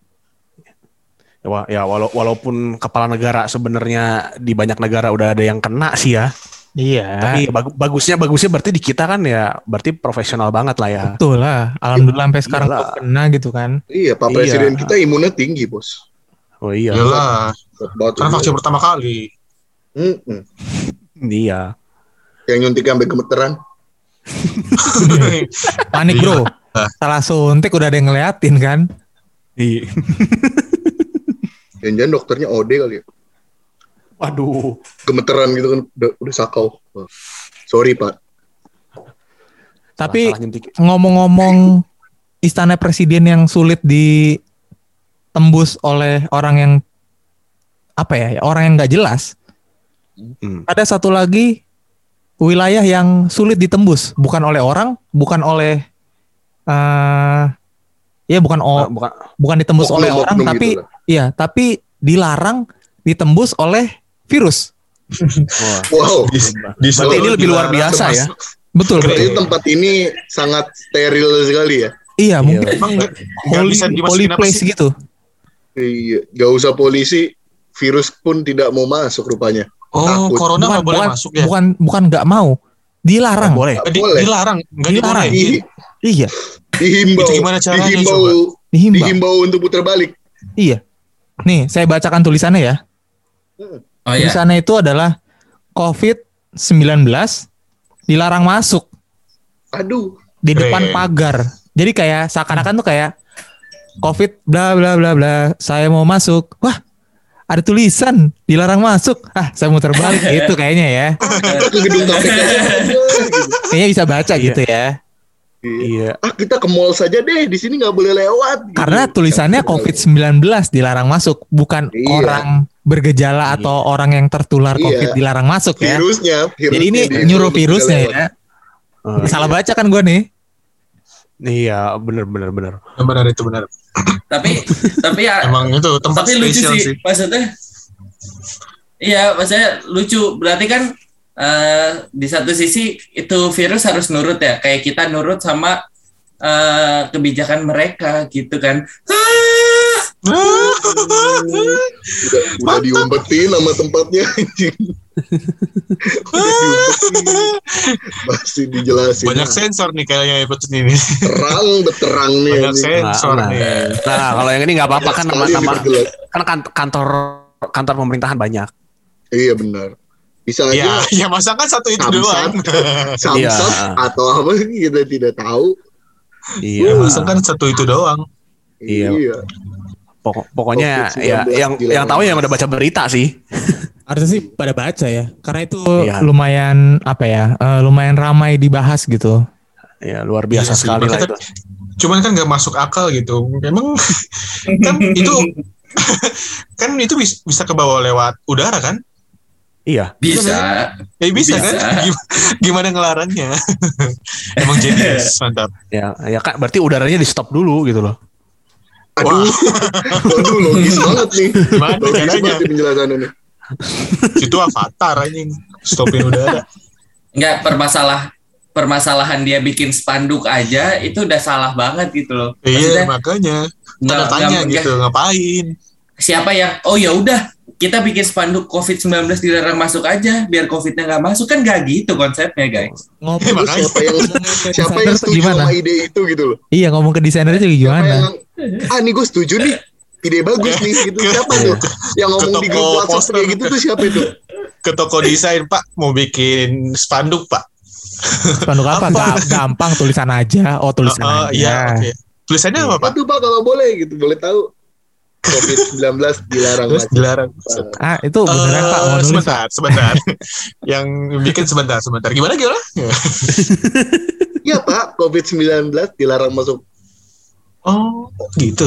[SPEAKER 6] Ya walaupun kepala negara sebenarnya di banyak negara udah ada yang kena sih ya.
[SPEAKER 2] Iya.
[SPEAKER 6] Tapi bagusnya berarti di kita kan ya berarti profesional banget lah ya.
[SPEAKER 2] Betul lah. Alhamdulillah sampai sekarang kok kena gitu kan.
[SPEAKER 3] Iya, Pak Presiden kita imunnya tinggi, Bos.
[SPEAKER 6] Oh iya.
[SPEAKER 4] Iyalah. Kan vaksin pertama kali.
[SPEAKER 6] Iya.
[SPEAKER 3] Yang nyuntik sampai gemeteran.
[SPEAKER 2] Panik bro. Salah suntik udah ada yang ngeliatin kan.
[SPEAKER 6] Iya.
[SPEAKER 3] Jangan-jangan dokternya OD kali ya.
[SPEAKER 6] Waduh.
[SPEAKER 3] Gemeteran gitu kan, udah sakau. Sorry Pak.
[SPEAKER 2] Tapi ngomong-ngomong istana presiden yang sulit ditembus oleh orang yang orang yang nggak jelas. Ada satu lagi wilayah yang sulit ditembus, bukan oleh orang, bukan oleh bukan ditembus oleh orang, tapi gitu tapi dilarang ditembus oleh virus.
[SPEAKER 3] Wow.
[SPEAKER 6] Berarti ini lebih luar biasa ya.
[SPEAKER 2] Betul.
[SPEAKER 3] Berarti tempat ini sangat steril sekali ya.
[SPEAKER 2] Iya, mungkin
[SPEAKER 4] nggak bisa dimasukin apa sih
[SPEAKER 2] gitu.
[SPEAKER 3] Iya, nggak usah polisi, virus pun tidak mau masuk rupanya.
[SPEAKER 4] Oh, corona nggak boleh masuk ya?
[SPEAKER 2] Bukan nggak mau, dilarang.
[SPEAKER 6] Boleh.
[SPEAKER 4] Dilarang, nggak dibolehin.
[SPEAKER 2] Iya.
[SPEAKER 3] Dihimbau.
[SPEAKER 4] Itu gimana caranya?
[SPEAKER 3] Dihimbau untuk putar balik.
[SPEAKER 2] Iya. Nih, saya bacakan tulisannya ya.
[SPEAKER 1] Oh, iya.
[SPEAKER 2] Tulisannya itu adalah COVID-19 dilarang masuk.
[SPEAKER 3] Aduh.
[SPEAKER 2] Di depan pagar. Jadi kayak seakan-akan tuh kayak COVID bla bla bla bla, saya mau masuk. Wah, ada tulisan dilarang masuk. Saya muter balik gitu kayaknya ya.
[SPEAKER 3] Ke gedung KPK.
[SPEAKER 2] Kayaknya bisa baca gitu ya.
[SPEAKER 3] Iya. Kita ke mall saja deh, di sini nggak boleh lewat.
[SPEAKER 2] Karena tulisannya COVID-19 dilarang masuk, bukan orang bergejala atau orang yang tertular COVID dilarang masuk ya.
[SPEAKER 3] Virusnya
[SPEAKER 2] jadi ini nyuruh virusnya ya. Salah baca kan gue nih.
[SPEAKER 6] Iya, benar.
[SPEAKER 4] Benar itu benar.
[SPEAKER 1] Tapi ya
[SPEAKER 4] emang itu tempat
[SPEAKER 1] tapi lucu
[SPEAKER 4] spesial
[SPEAKER 1] sih maksudnya. Iya, maksudnya lucu. Berarti kan di satu sisi itu virus harus nurut ya, kayak kita nurut sama kebijakan mereka gitu kan.
[SPEAKER 3] Udah diumpetin sama tempatnya anjing. Masih dijelasin.
[SPEAKER 4] Banyak sensor nih kayaknya episode ini.
[SPEAKER 3] Terang nih.
[SPEAKER 4] Banyak sensor nih.
[SPEAKER 6] Nah, kalau yang ini nggak apa-apa kan nama kan kantor pemerintahan banyak.
[SPEAKER 3] Iya benar. Bisa aja.
[SPEAKER 4] Ya masa kan satu itu doang.
[SPEAKER 3] Samsat atau apa kita tidak tahu.
[SPEAKER 6] Iya.
[SPEAKER 4] Masa kan satu itu doang.
[SPEAKER 6] Iya. Pokoknya ya yang tahu yang udah baca berita sih.
[SPEAKER 2] Harusnya sih pada baca ya. Karena itu lumayan lumayan ramai dibahas gitu.
[SPEAKER 6] Ya luar biasa sekali lah itu.
[SPEAKER 4] Cuman kan nggak masuk akal gitu. Memang kan itu kan itu bisa ke bawah lewat udara kan?
[SPEAKER 6] Iya.
[SPEAKER 1] Bisa.
[SPEAKER 4] Bisa kan? Gimana ngelarangnya? Emang jenius, mantap.
[SPEAKER 6] Ya kan berarti udaranya di stop dulu gitu loh.
[SPEAKER 3] Waduh, logis banget nih.
[SPEAKER 4] Gimana caranya?
[SPEAKER 3] Penjelasannya nih.
[SPEAKER 4] Itu avatar anjing, stopin udara.
[SPEAKER 1] Enggak, permasalahan dia bikin spanduk aja itu udah salah banget gitu loh.
[SPEAKER 4] Iya, makanya. Tanda tanya gitu, ngapain?
[SPEAKER 1] Siapa yang ya udah kita bikin spanduk COVID-19 dilarang masuk aja biar COVID-nya nggak masuk, kan nggak gitu konsepnya guys.
[SPEAKER 3] Siapa yang setuju sama ide itu gitu loh.
[SPEAKER 2] Iya, ngomong ke desainernya juga gimana.
[SPEAKER 3] Nih gue setuju nih, ide bagus nih gitu. Siapa tuh yang ngomong di grup WhatsApp kayak gitu tuh siapa itu?
[SPEAKER 4] Ke toko desain, Pak, mau bikin spanduk, Pak.
[SPEAKER 2] Spanduk apa? Gampang, tulisan aja. Tulisan aja.
[SPEAKER 4] Iya, okay. Tulisannya apa, Pak?
[SPEAKER 3] Tuh Pak, kalau boleh gitu, boleh tahu. COVID-19 dilarang.
[SPEAKER 4] Dilarang.
[SPEAKER 2] Itu beneran Pak, mau nulis
[SPEAKER 4] sebentar. Yang bikin sebentar. Gimana?
[SPEAKER 3] Iya Pak, COVID-19 dilarang masuk.
[SPEAKER 4] Oh, gitu.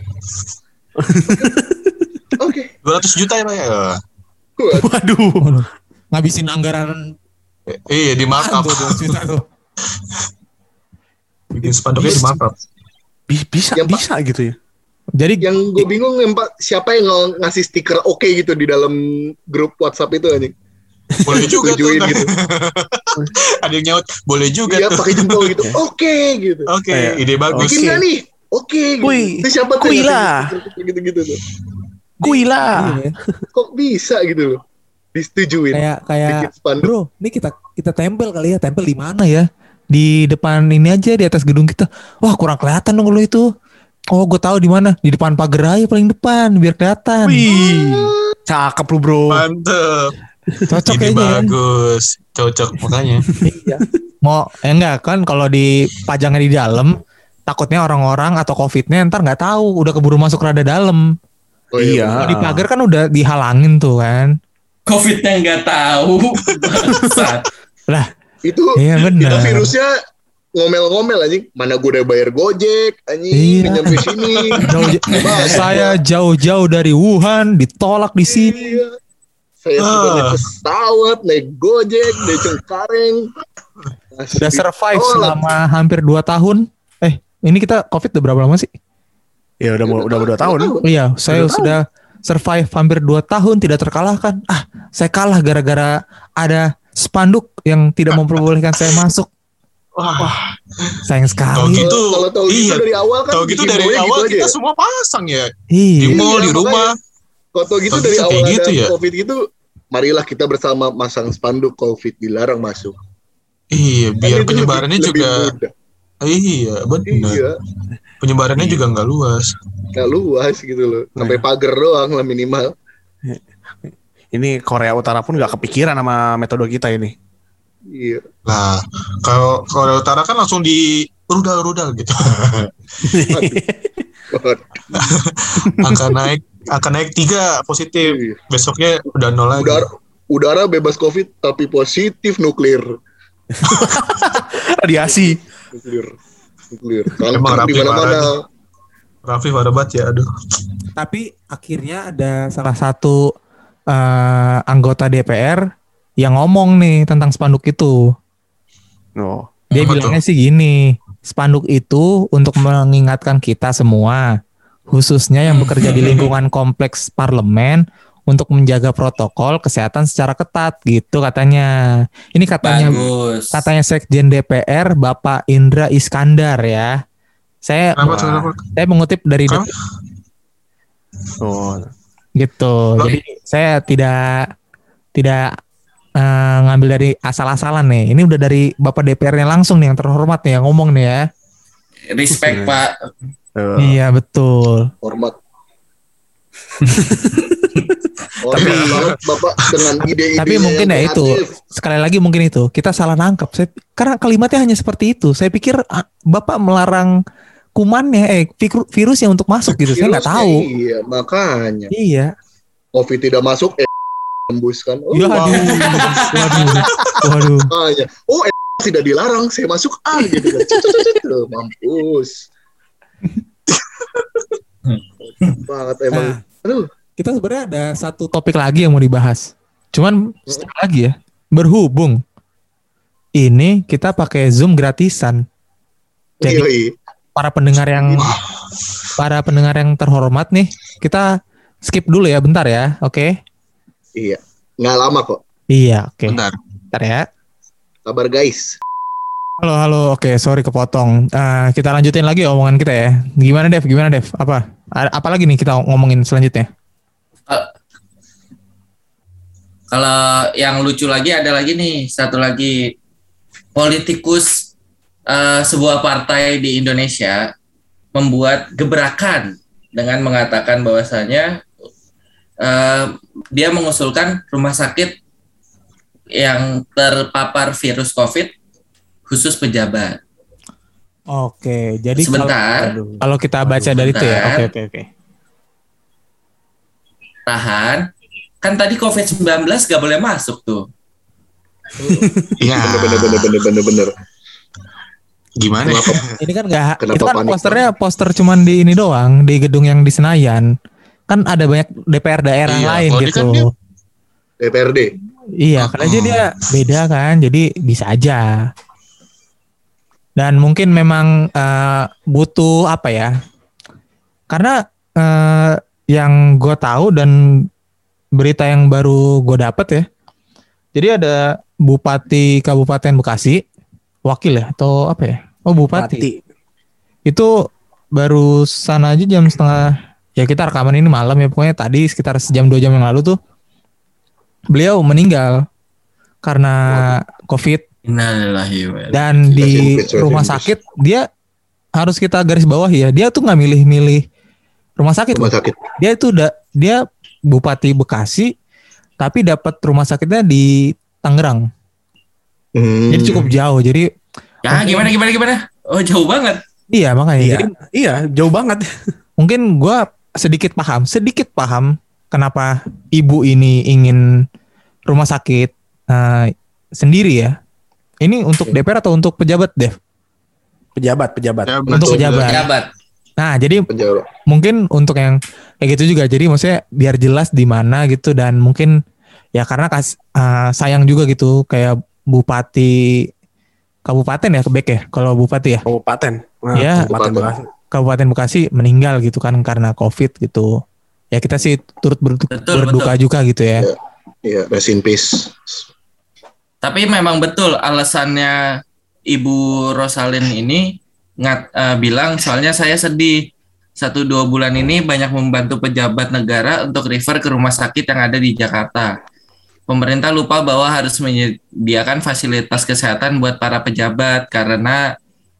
[SPEAKER 3] Oke.
[SPEAKER 4] 200 juta ya Pak ya?
[SPEAKER 2] Waduh. Ngabisin anggaran.
[SPEAKER 4] Iya, di markup. Bikin spanduknya di markup.
[SPEAKER 6] Bisa gitu ya.
[SPEAKER 3] Jadi yang gue bingung siapa yang ngasih stiker oke gitu di dalam grup WhatsApp itu anjing.
[SPEAKER 4] Boleh juga tuh.
[SPEAKER 3] Gitu.
[SPEAKER 4] Ada yang nyaut, boleh juga
[SPEAKER 3] tuh. Iya, pakai jempol gitu. Oke gitu.
[SPEAKER 4] Oke, ide bagus.
[SPEAKER 3] Bikin gak nih? Oke gitu. Itu siapa tuh? Gitu-gitu tuh.
[SPEAKER 6] Kuila.
[SPEAKER 3] Kok bisa gitu loh? Disetujuin.
[SPEAKER 2] Kayak bro, ini kita tempel kali ya. Tempel di mana ya? Di depan ini aja, di atas gedung kita. Wah, kurang kelihatan dong lo itu. Oh, gue tahu di mana. Di depan pagar aja paling depan biar kelihatan.
[SPEAKER 6] Wih. Cakep lu, bro.
[SPEAKER 4] Mantep.
[SPEAKER 2] Cocok
[SPEAKER 4] ini
[SPEAKER 2] kayaknya.
[SPEAKER 4] Bagus. Cocok makanya.
[SPEAKER 2] Iya. Enggak kan kalau dipajangnya di dalam, takutnya orang-orang atau COVID-nya ntar nggak tahu, udah keburu masuk rada dalam.
[SPEAKER 3] Oh, iya.
[SPEAKER 2] Kalau di pagar kan udah dihalangin tuh kan.
[SPEAKER 1] COVID-nya nggak tahu.
[SPEAKER 2] Lah.
[SPEAKER 3] Itu virusnya ngomel-ngomel anjing. Mana gue udah bayar Gojek anjing, nyampe sini.
[SPEAKER 2] Saya jauh-jauh dari Wuhan ditolak di sini.
[SPEAKER 3] Iya. Saya sudah naik pesawat, naik Gojek, naik Cengkareng.
[SPEAKER 2] Sudah survive selama hampir 2 tahun. Ini kita COVID udah berapa lama sih?
[SPEAKER 6] Ya udah 2 tahun.
[SPEAKER 2] Iya, saya sudah survive hampir 2 tahun tidak terkalahkan. Saya kalah gara-gara ada spanduk yang tidak memperbolehkan saya masuk.
[SPEAKER 4] Wah,
[SPEAKER 2] sayang sekali.
[SPEAKER 3] Kalau tahu gitu dari awal kan.
[SPEAKER 4] Tahu gitu dari awal kita semua pasang ya.
[SPEAKER 2] Iya.
[SPEAKER 4] Di mall, di rumah.
[SPEAKER 3] Kalau tahu gitu dari awal ada COVID gitu, marilah kita bersama masang spanduk COVID dilarang masuk.
[SPEAKER 4] Iya, biar penyebarannya juga. Iya, benar. Iya. Penyebarannya juga nggak luas.
[SPEAKER 3] Nggak luas gitu loh. Sampai pagar doang lah minimal.
[SPEAKER 6] Ini Korea Utara pun nggak kepikiran sama metode kita ini.
[SPEAKER 3] Iya.
[SPEAKER 4] Nah, kalau Korea Utara kan langsung di rudal gitu. Angka naik 3 positif. Iya. Besoknya udah 0 lagi.
[SPEAKER 3] Udara bebas COVID tapi positif nuklir.
[SPEAKER 6] Radiasi.
[SPEAKER 3] Nuklir.
[SPEAKER 4] Emang Raffi mana-mana. Raffi parah banget ya, aduh.
[SPEAKER 2] Tapi akhirnya ada salah satu anggota DPR yang ngomong nih tentang spanduk itu. Dia bilangnya sih gini, spanduk itu untuk mengingatkan kita semua, khususnya yang bekerja di lingkungan kompleks parlemen, untuk menjaga protokol kesehatan secara ketat gitu katanya. Ini katanya Sekjen DPR Bapak Indra Iskandar ya. Saya mengutip dari gitu. Jadi saya tidak ngambil dari asal-asalan nih. Ini udah dari Bapak DPR-nya langsung nih yang terhormat nih yang ngomong nih ya.
[SPEAKER 1] Respect Pak.
[SPEAKER 2] Iya betul.
[SPEAKER 3] Hormat. Tapi Bapak dengan ide-ide.
[SPEAKER 2] Tapi mungkin ya itu sekali lagi mungkin itu kita salah nangkep. Karena kalimatnya hanya seperti itu. Saya pikir Bapak melarang kumannya, virusnya untuk masuk gitu. Saya nggak tahu.
[SPEAKER 3] Iya makanya.
[SPEAKER 2] Iya.
[SPEAKER 3] COVID tidak masuk, tembuskan.
[SPEAKER 2] Waduh.
[SPEAKER 3] Oh, tidak dilarang, saya masuk gitu kan. Mampus. Banget emang. Aduh.
[SPEAKER 2] Kita sebenarnya ada satu topik lagi yang mau dibahas. Cuman sekali lagi ya, berhubung ini kita pakai Zoom gratisan. Jadi para pendengar yang terhormat nih, kita skip dulu ya bentar ya, oke?
[SPEAKER 3] Iya, nggak lama kok.
[SPEAKER 2] Iya, oke.
[SPEAKER 4] Bentar
[SPEAKER 2] ya.
[SPEAKER 3] Kabar guys.
[SPEAKER 2] Halo, oke, sorry kepotong. Kita lanjutin lagi omongan kita ya. Gimana Dev? Apa lagi nih kita ngomongin selanjutnya?
[SPEAKER 1] Kalau yang lucu lagi ada lagi nih, satu lagi politikus sebuah partai di Indonesia membuat gebrakan dengan mengatakan bahwasanya dia mengusulkan rumah sakit yang terpapar virus COVID khusus pejabat.
[SPEAKER 2] Oke, jadi
[SPEAKER 1] sebentar.
[SPEAKER 2] Kalau kita baca dari itu ya. Oke. Tahan. Kan tadi COVID-19 gak boleh masuk tuh.
[SPEAKER 4] Iya.
[SPEAKER 3] Bener.
[SPEAKER 4] Gimana?
[SPEAKER 2] Ini kan nggak. Itu kan poster cuman di ini doang, di gedung yang di Senayan. Kan ada banyak DPR daerah lain gitu.
[SPEAKER 3] Kan DPRD.
[SPEAKER 2] Iya, karena aja dia beda kan, jadi bisa aja. Dan mungkin memang butuh apa ya? Karena yang gue tahu dan berita yang baru gue dapet ya. Jadi ada Bupati Kabupaten Bekasi, wakil ya atau apa ya? Oh Bupati. Itu barusan aja jam setengah, ya kita rekaman ini malam ya, pokoknya tadi sekitar sejam 2 jam yang lalu tuh beliau meninggal karena COVID. Dan di rumah sakit dia harus kita garis bawahi ya, dia tuh nggak milih-milih rumah sakit. Dia itu dia Bupati Bekasi tapi dapat rumah sakitnya di Tangerang. Jadi cukup jauh. Jadi
[SPEAKER 1] ya gimana? Oh jauh banget.
[SPEAKER 2] Iya makanya.
[SPEAKER 6] Iya jauh banget.
[SPEAKER 2] Mungkin gue sedikit paham kenapa ibu ini ingin rumah sakit sendiri ya. Ini untuk DPR atau untuk pejabat, Dev?
[SPEAKER 6] Pejabat.
[SPEAKER 2] Untuk pejabat. Nah, jadi mungkin untuk yang kayak gitu juga. Jadi maksudnya biar jelas di mana gitu, dan mungkin ya karena sayang juga gitu kayak Bupati Kabupaten ya, Kebek ya. Kalau Bupati ya.
[SPEAKER 6] Kabupaten.
[SPEAKER 2] Nah, ya, Kabupaten Bekasi meninggal gitu kan karena COVID gitu. Ya kita sih turut berduka juga gitu ya.
[SPEAKER 3] Iya, rest in peace.
[SPEAKER 1] Tapi memang betul alasannya Ibu Rosalin ini bilang soalnya saya sedih 1-2 bulan ini banyak membantu pejabat negara untuk refer ke rumah sakit yang ada di Jakarta. Pemerintah lupa bahwa harus menyediakan fasilitas kesehatan buat para pejabat karena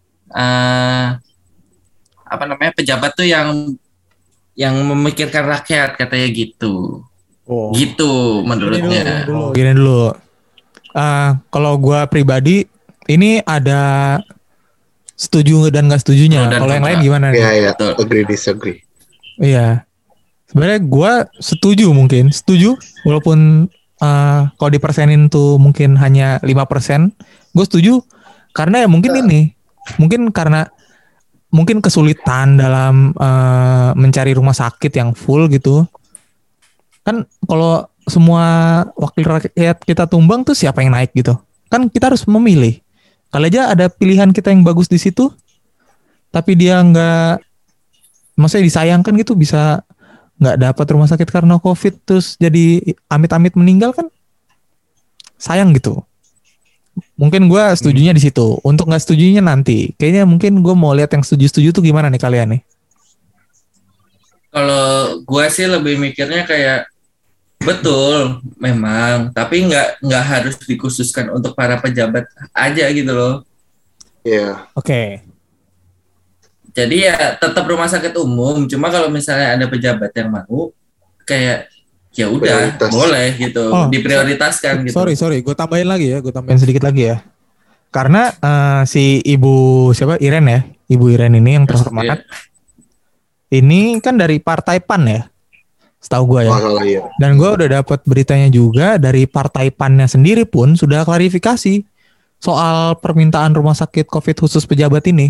[SPEAKER 1] pejabat tuh yang memikirkan rakyat katanya gitu. Gitu menurutnya.
[SPEAKER 2] Gini dulu. Kalau gue pribadi ini ada setuju dan nggak setujunya. Kalau yang lain gimana?
[SPEAKER 3] Iya, agree disagree.
[SPEAKER 2] Iya, sebenarnya gue setuju walaupun kalau dipersenin tuh mungkin hanya 5%, gue setuju karena ya mungkin kesulitan dalam mencari rumah sakit yang full gitu. Kan kalau semua wakil rakyat kita tumbang tuh siapa yang naik gitu? Kan kita harus memilih. Kalau aja ada pilihan kita yang bagus di situ, tapi dia maksudnya disayangkan gitu, bisa nggak dapat rumah sakit karena COVID, terus jadi amit-amit meninggal kan, sayang gitu. Mungkin gue setujunya di situ. Untuk nggak setujunya nanti, kayaknya mungkin gue mau lihat yang setuju tuh gimana nih kalian nih?
[SPEAKER 1] Kalau gue sih lebih mikirnya kayak betul, memang, tapi nggak harus dikhususkan untuk para pejabat aja gitu loh.
[SPEAKER 3] Iya.
[SPEAKER 2] Oke.
[SPEAKER 1] Jadi ya tetap rumah sakit umum. Cuma kalau misalnya ada pejabat yang mau, kayak ya udah boleh gitu, diprioritaskan gitu.
[SPEAKER 2] Sorry, gue tambahin sedikit lagi ya. Karena si Ibu Ibu Iren ini yang terhormat, ini kan dari Partai PAN ya. Setahu gue ya.
[SPEAKER 3] Iya.
[SPEAKER 2] Dan gue udah dapat beritanya juga dari Partai PAN-nya sendiri pun sudah klarifikasi soal permintaan rumah sakit COVID khusus pejabat ini.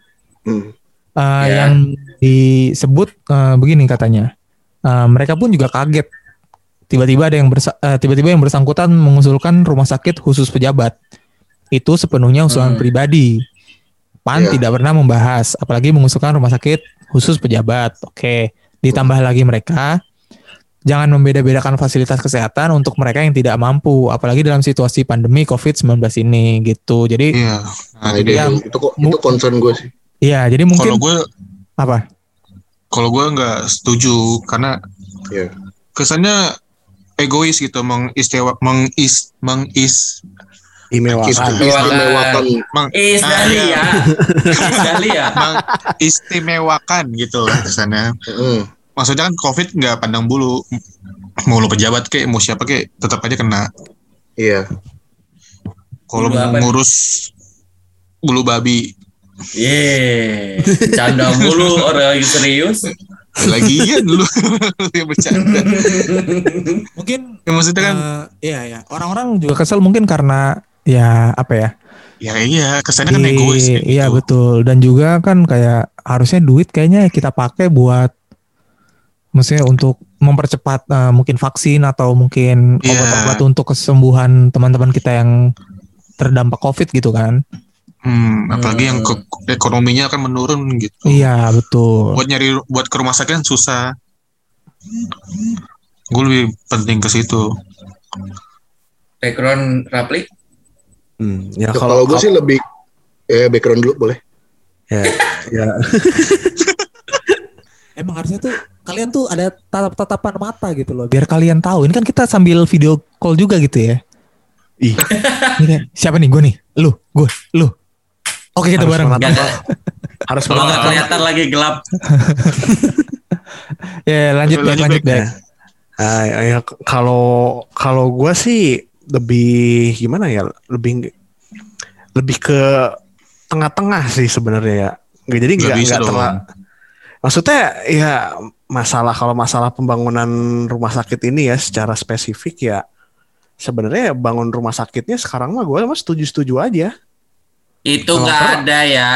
[SPEAKER 2] Yang disebut begini katanya. Mereka pun juga kaget. Tiba-tiba yang bersangkutan mengusulkan rumah sakit khusus pejabat. Itu sepenuhnya usulan pribadi. PAN tidak pernah membahas, apalagi mengusulkan rumah sakit khusus pejabat. Oke. Ditambah lagi mereka jangan membeda-bedakan fasilitas kesehatan untuk mereka yang tidak mampu, apalagi dalam situasi pandemi COVID-19 ini gitu. Jadi
[SPEAKER 3] itu concern gue sih.
[SPEAKER 2] Iya, jadi mungkin
[SPEAKER 4] kalau gue nggak setuju karena kesannya egois gitu, mengistimewakan gitu lah kesannya. Maksudnya kan COVID nggak pandang bulu, mau lu pejabat kek, mau siapa kek, tetap aja kena.
[SPEAKER 3] Iya.
[SPEAKER 4] Kalau ngurus bulu babi,
[SPEAKER 1] canda mulu orang yang serius.
[SPEAKER 4] Lagian lu yang bercanda.
[SPEAKER 2] Mungkin
[SPEAKER 4] ya, maksudnya kan,
[SPEAKER 2] iya. Orang-orang juga kesel mungkin karena ya apa ya?
[SPEAKER 4] Ya iya, kesannya kan egois gitu.
[SPEAKER 2] Iya betul. Dan juga kan kayak harusnya duit kayaknya kita pakai buat, maksudnya untuk mempercepat mungkin vaksin atau mungkin obat-obat untuk kesembuhan teman-teman kita yang terdampak COVID gitu kan.
[SPEAKER 4] Apalagi yang ekonominya akan menurun gitu.
[SPEAKER 2] Iya betul.
[SPEAKER 4] Buat ke rumah sakit kan susah. Gue lebih penting ke situ.
[SPEAKER 1] Background Rapli?
[SPEAKER 3] Ya kalau gue sih lebih background dulu boleh.
[SPEAKER 2] Ya. Emang harusnya tuh kalian tuh ada tatapan mata gitu loh, biar kalian tahu. Ini kan kita sambil video call juga gitu ya. Ih. Siapa nih? Gue nih. Lu. Oke, kita bareng.
[SPEAKER 1] Harus kelihatan lagi gelap.
[SPEAKER 2] Ya, lanjut deh.
[SPEAKER 6] Ya, kalau gue sih lebih gimana ya? Lebih ke tengah-tengah sih sebenarnya ya. Jadi nggak terlalu. Maksudnya ya kalau masalah pembangunan rumah sakit ini ya secara spesifik ya sebenarnya bangun rumah sakitnya sekarang mah gue setuju aja.
[SPEAKER 1] Itu nggak ada ya.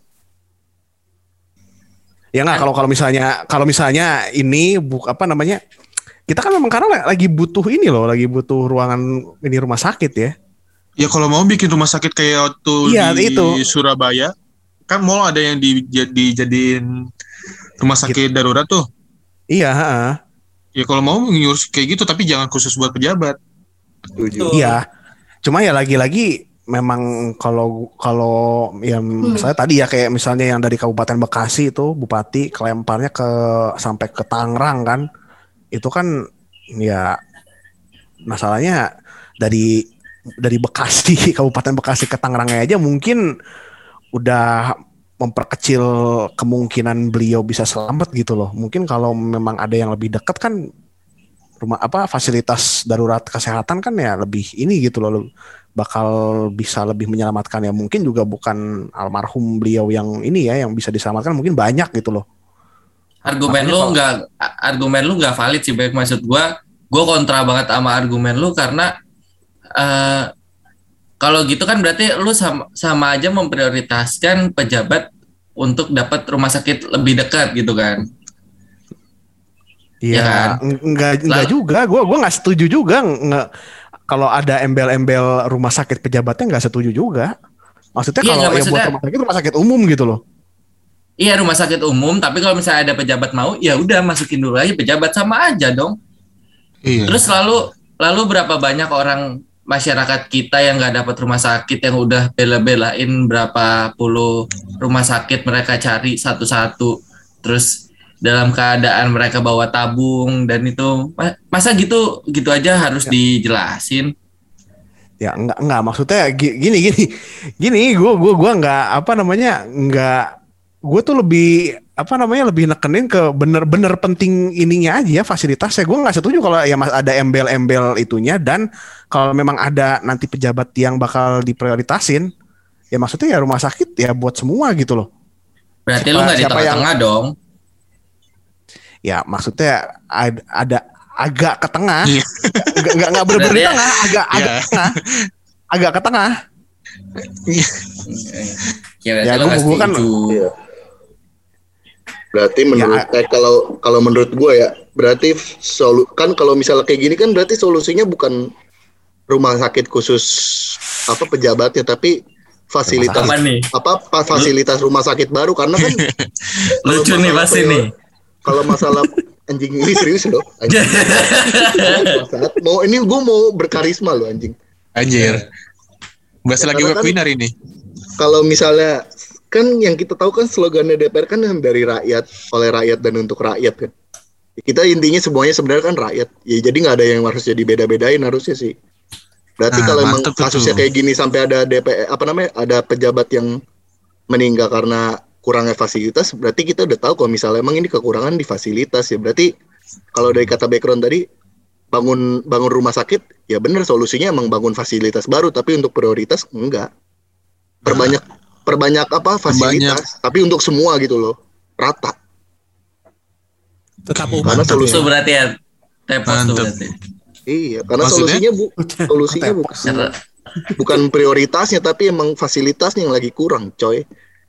[SPEAKER 6] Ya nggak kalau misalnya ini kita kan memang karena lagi butuh ruangan ini rumah sakit ya.
[SPEAKER 4] Ya kalau mau bikin rumah sakit kayak waktu di Surabaya kan mall ada yang dijadiin rumah sakit darurat tuh.
[SPEAKER 6] Iya.
[SPEAKER 4] Ya kalau mau ngurus kayak gitu tapi jangan khusus buat pejabat.
[SPEAKER 6] Iya. Cuma ya lagi-lagi memang kalau yang misalnya tadi ya kayak misalnya yang dari Kabupaten Bekasi itu bupati kelemparnya sampai ke Tangerang kan. Itu kan ya masalahnya dari Bekasi Kabupaten Bekasi ke Tangerangnya aja mungkin udah memperkecil kemungkinan beliau bisa selamat gitu loh. Mungkin kalau memang ada yang lebih dekat kan fasilitas darurat kesehatan kan ya lebih ini gitu loh, bakal bisa lebih menyelamatkan ya. Mungkin juga bukan almarhum beliau yang ini ya yang bisa diselamatkan, mungkin banyak gitu loh.
[SPEAKER 1] Argumen lu nggak valid sih, baik maksud gue kontra banget sama argumen lu karena kalau gitu kan berarti lu sama aja memprioritaskan pejabat untuk dapat rumah sakit lebih dekat gitu kan.
[SPEAKER 6] Iya, ya kan? Enggak juga. Gue nggak setuju juga. Kalau ada embel-embel rumah sakit pejabatnya nggak setuju juga. Maksudnya kalau buat rumah sakit umum gitu loh.
[SPEAKER 1] Iya, rumah sakit umum. Tapi kalau misalnya ada pejabat mau, ya udah masukin dulu aja pejabat, sama aja dong. Iya. Terus lalu berapa banyak orang masyarakat kita yang nggak dapat rumah sakit yang udah bela-belain berapa puluh rumah sakit mereka cari satu-satu. Terus dalam keadaan mereka bawa tabung dan itu masa gitu aja harus dijelasin.
[SPEAKER 6] Ya enggak maksudnya gini gue gue tuh lebih lebih nekenin ke bener-bener penting ininya aja fasilitasnya. Gue nggak setuju kalau ya ada embel-embel itunya, dan kalau memang ada nanti pejabat yang bakal diprioritasin ya maksudnya ya rumah sakit ya buat semua gitu loh.
[SPEAKER 1] Berarti lu nggak di tengah-tengah dong.
[SPEAKER 6] Ya maksudnya ada agak ke tengah, nggak benar-benar di tengah, agak ke tengah.
[SPEAKER 1] Ya gue kan.
[SPEAKER 3] Berarti menurut kalau menurut gue ya berarti kan kalau misalnya kayak gini kan berarti solusinya bukan rumah sakit khusus pejabatnya tapi fasilitas fasilitas rumah sakit baru, karena kan
[SPEAKER 1] lucu nih pasti nih.
[SPEAKER 3] Kalau masalah anjing ini serius loh. Gue mau berkarisma loh anjing.
[SPEAKER 4] Anjir. Bahas lagi webinar ini.
[SPEAKER 3] Kalau misalnya kan yang kita tahu kan slogannya DPR kan dari rakyat, oleh rakyat dan untuk rakyat kan. Kita intinya semuanya sebenarnya kan rakyat. Ya jadi nggak ada yang harus jadi beda-bedain harusnya sih. Berarti kalau emang kasusnya kayak gini sampai ada DPR ada pejabat yang meninggal karena kurangnya fasilitas, berarti kita udah tahu kalau misalnya emang ini kekurangan di fasilitas ya. Berarti kalau dari kata background tadi bangun rumah sakit ya bener, solusinya emang bangun fasilitas baru, tapi untuk prioritas enggak. Perbanyak fasilitas, tapi untuk semua gitu loh, rata.
[SPEAKER 2] Tetap
[SPEAKER 1] karena solusi berarti ya berarti.
[SPEAKER 3] Iya, karena solusinya bukan prioritasnya, tapi emang fasilitasnya yang lagi kurang, coy.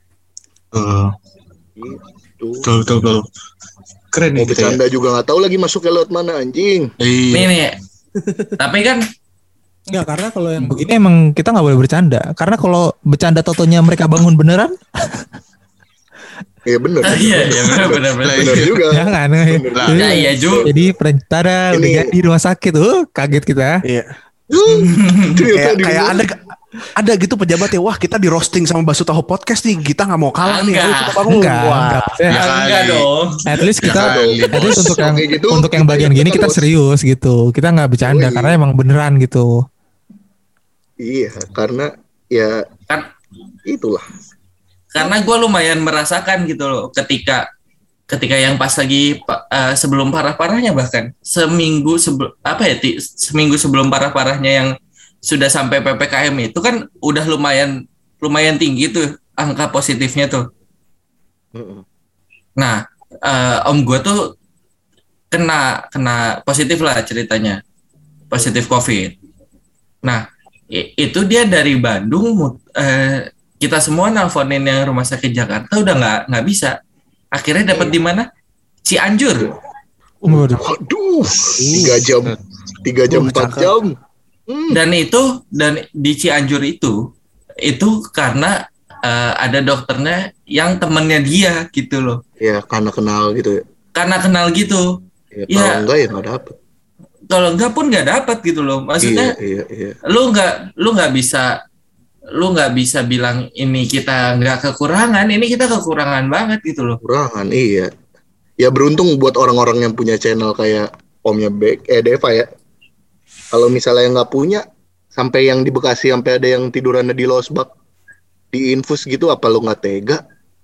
[SPEAKER 4] Betul. Keren nih.
[SPEAKER 3] Mau bercanda juga nggak tahu lagi masuknya lewat mana anjing.
[SPEAKER 1] Nih. Tapi kan
[SPEAKER 2] Enggak, karena kalau yang begini emang kita nggak boleh bercanda. Karena kalau bercanda totonya mereka bangun beneran.
[SPEAKER 3] Iya benar.
[SPEAKER 1] Iya benar
[SPEAKER 3] juga.
[SPEAKER 2] Jangan.
[SPEAKER 1] Iya juga.
[SPEAKER 2] Jadi perencana udah jadi di rumah sakit. Kaget kita.
[SPEAKER 6] Iya. Kayak ada gitu pejabat ya, wah kita di roasting sama Basu Tahu Podcast nih, kita nggak mau kalah nih.
[SPEAKER 1] Enggak dong.
[SPEAKER 2] At least untuk yang bagian gini kita serius gitu. Kita nggak bercanda karena emang beneran gitu.
[SPEAKER 3] Iya, karena ya itulah.
[SPEAKER 1] Karena gue lumayan merasakan gitu loh ketika yang pas lagi sebelum parah-parahnya, bahkan seminggu sebelum parah-parahnya yang sudah sampai PPKM itu kan udah lumayan tinggi tuh angka positifnya tuh. Nah, om gue tuh kena positif lah ceritanya, positif COVID. Nah, itu dia dari Bandung, kita semua nelfonin yang rumah sakit Jakarta udah nggak bisa. Akhirnya dapat di mana? Cianjur.
[SPEAKER 3] Waduh, 3 jam 4 jam.
[SPEAKER 1] Dan di Cianjur itu karena ada dokternya yang temennya dia gitu loh.
[SPEAKER 3] Ya karena kenal gitu ya.
[SPEAKER 1] Karena kenal gitu.
[SPEAKER 3] Ya, kalau enggak ya nggak dapet.
[SPEAKER 1] Kalau enggak pun nggak dapat gitu loh. Maksudnya
[SPEAKER 3] iya.
[SPEAKER 1] lu nggak bisa bilang ini kita nggak kekurangan, ini kita kekurangan banget gitu loh.
[SPEAKER 3] Kekurangan, iya. Ya beruntung buat orang-orang yang punya channel kayak omnya Deva ya. Kalau misalnya nggak punya, sampai yang di Bekasi sampai ada yang tidurannya di losbak, di infus gitu, apa lu nggak tega?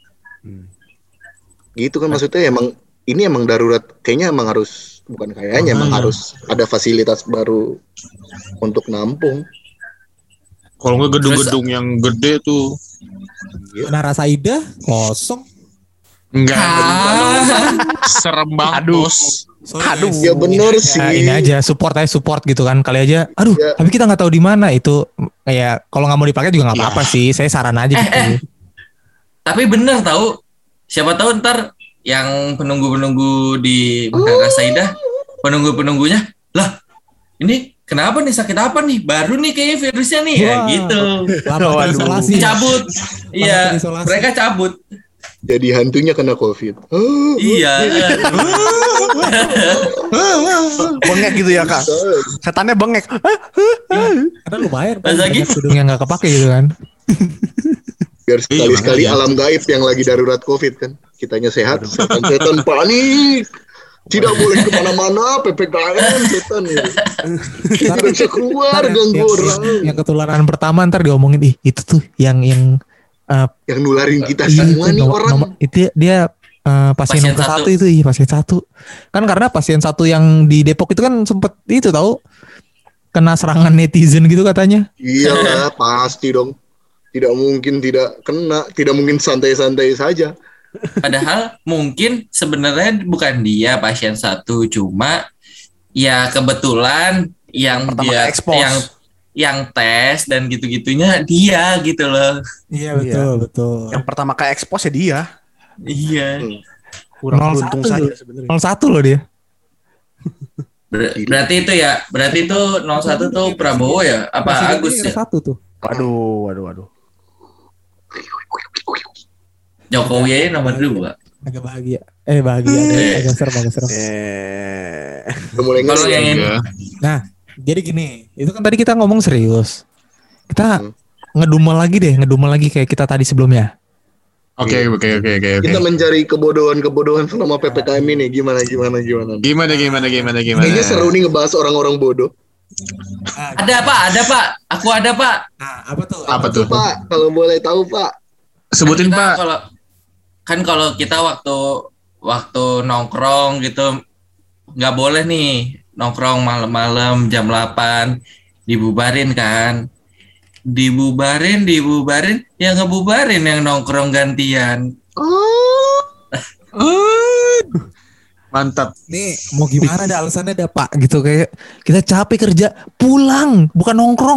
[SPEAKER 3] Gitu kan maksudnya emang darurat, kayaknya emang harus. Bukan kayaknya, emang harus ada fasilitas baru untuk nampung.
[SPEAKER 4] Kalau nggak gedung-gedung yang gede tuh.
[SPEAKER 2] Menara Saida kosong.
[SPEAKER 4] Enggak. Serem banget, Bos.
[SPEAKER 3] Aduh, ya bener sih.
[SPEAKER 2] Ya, ini aja support gitu kan, kali aja. Aduh, tapi kita nggak tahu di mana itu. Kayak kalau nggak mau dipakai juga nggak apa-apa sih. Saya saran aja gitu.
[SPEAKER 1] Tapi bener tahu. Siapa tahu ntar yang penunggu di Menara Saida, penunggunya, lah ini kenapa nih, sakit apa nih, baru nih kayaknya virusnya nih, ya gitu. Cabut, iya, mereka cabut.
[SPEAKER 3] Jadi hantunya kena COVID.
[SPEAKER 1] Iya.
[SPEAKER 6] Bengek gitu ya Kak. Setannya bengek.
[SPEAKER 2] Karena lumayan
[SPEAKER 1] kan
[SPEAKER 2] gedung yang nggak kepake gitu kan.
[SPEAKER 3] Biar sekali-sekali alam gaib yang lagi darurat COVID kan. Kitanya sehat, setan panik. Tidak boleh kemana-mana, PPKM setan ya. Kita tidak bisa keluar, ganggu orang.
[SPEAKER 2] Yang ketularan pertama ntar diomongin, itu tuh yang
[SPEAKER 3] nularin kita semua nih orang.
[SPEAKER 2] Itu dia pasien nomor 1 itu, pasien 1. Kan karena pasien 1 yang di Depok itu kan sempet itu tahu kena serangan netizen gitu katanya.
[SPEAKER 3] Iya, pasti dong. Tidak mungkin tidak kena, tidak mungkin santai-santai saja.
[SPEAKER 1] Padahal mungkin sebenarnya bukan dia pasien 1, cuma ya kebetulan yang dia yang tes dan gitu-gitunya dia gitu loh.
[SPEAKER 2] Iya betul.
[SPEAKER 6] Yang pertama ke expose ya dia.
[SPEAKER 1] Iya.
[SPEAKER 6] Kurang beruntung saja sebenarnya.
[SPEAKER 2] 01 loh dia.
[SPEAKER 1] Berarti itu 01 tuh Prabowo ya? Apa Agus ya?
[SPEAKER 2] 1 tuh.
[SPEAKER 6] Waduh.
[SPEAKER 1] Jokowi nomor 2.
[SPEAKER 2] Agak bahagia. Agak serem.
[SPEAKER 1] Kalau yang ini.
[SPEAKER 2] Nah, jadi gini, itu kan tadi kita ngomong serius. Kita ngedumel lagi kayak kita tadi sebelumnya.
[SPEAKER 4] Oke.
[SPEAKER 3] Kita mencari kebodohan selama PPKM ini. Gimana? Kayaknya seru nih ngebahas orang-orang bodoh.
[SPEAKER 1] Ada Pak. Aku ada Pak.
[SPEAKER 2] Nah, apa tuh
[SPEAKER 3] Pak? Kalau boleh tahu Pak.
[SPEAKER 4] Sebutin Pak.
[SPEAKER 1] Kalau kita waktu nongkrong gitu nggak boleh nih nongkrong malam-malam jam 8 dibubarin kan. Dibubarin yang ngebubarin yang nongkrong gantian.
[SPEAKER 4] Mantap.
[SPEAKER 2] Nih mau gimana ada alasannya ada Pak gitu, kayak kita capek kerja pulang bukan nongkrong.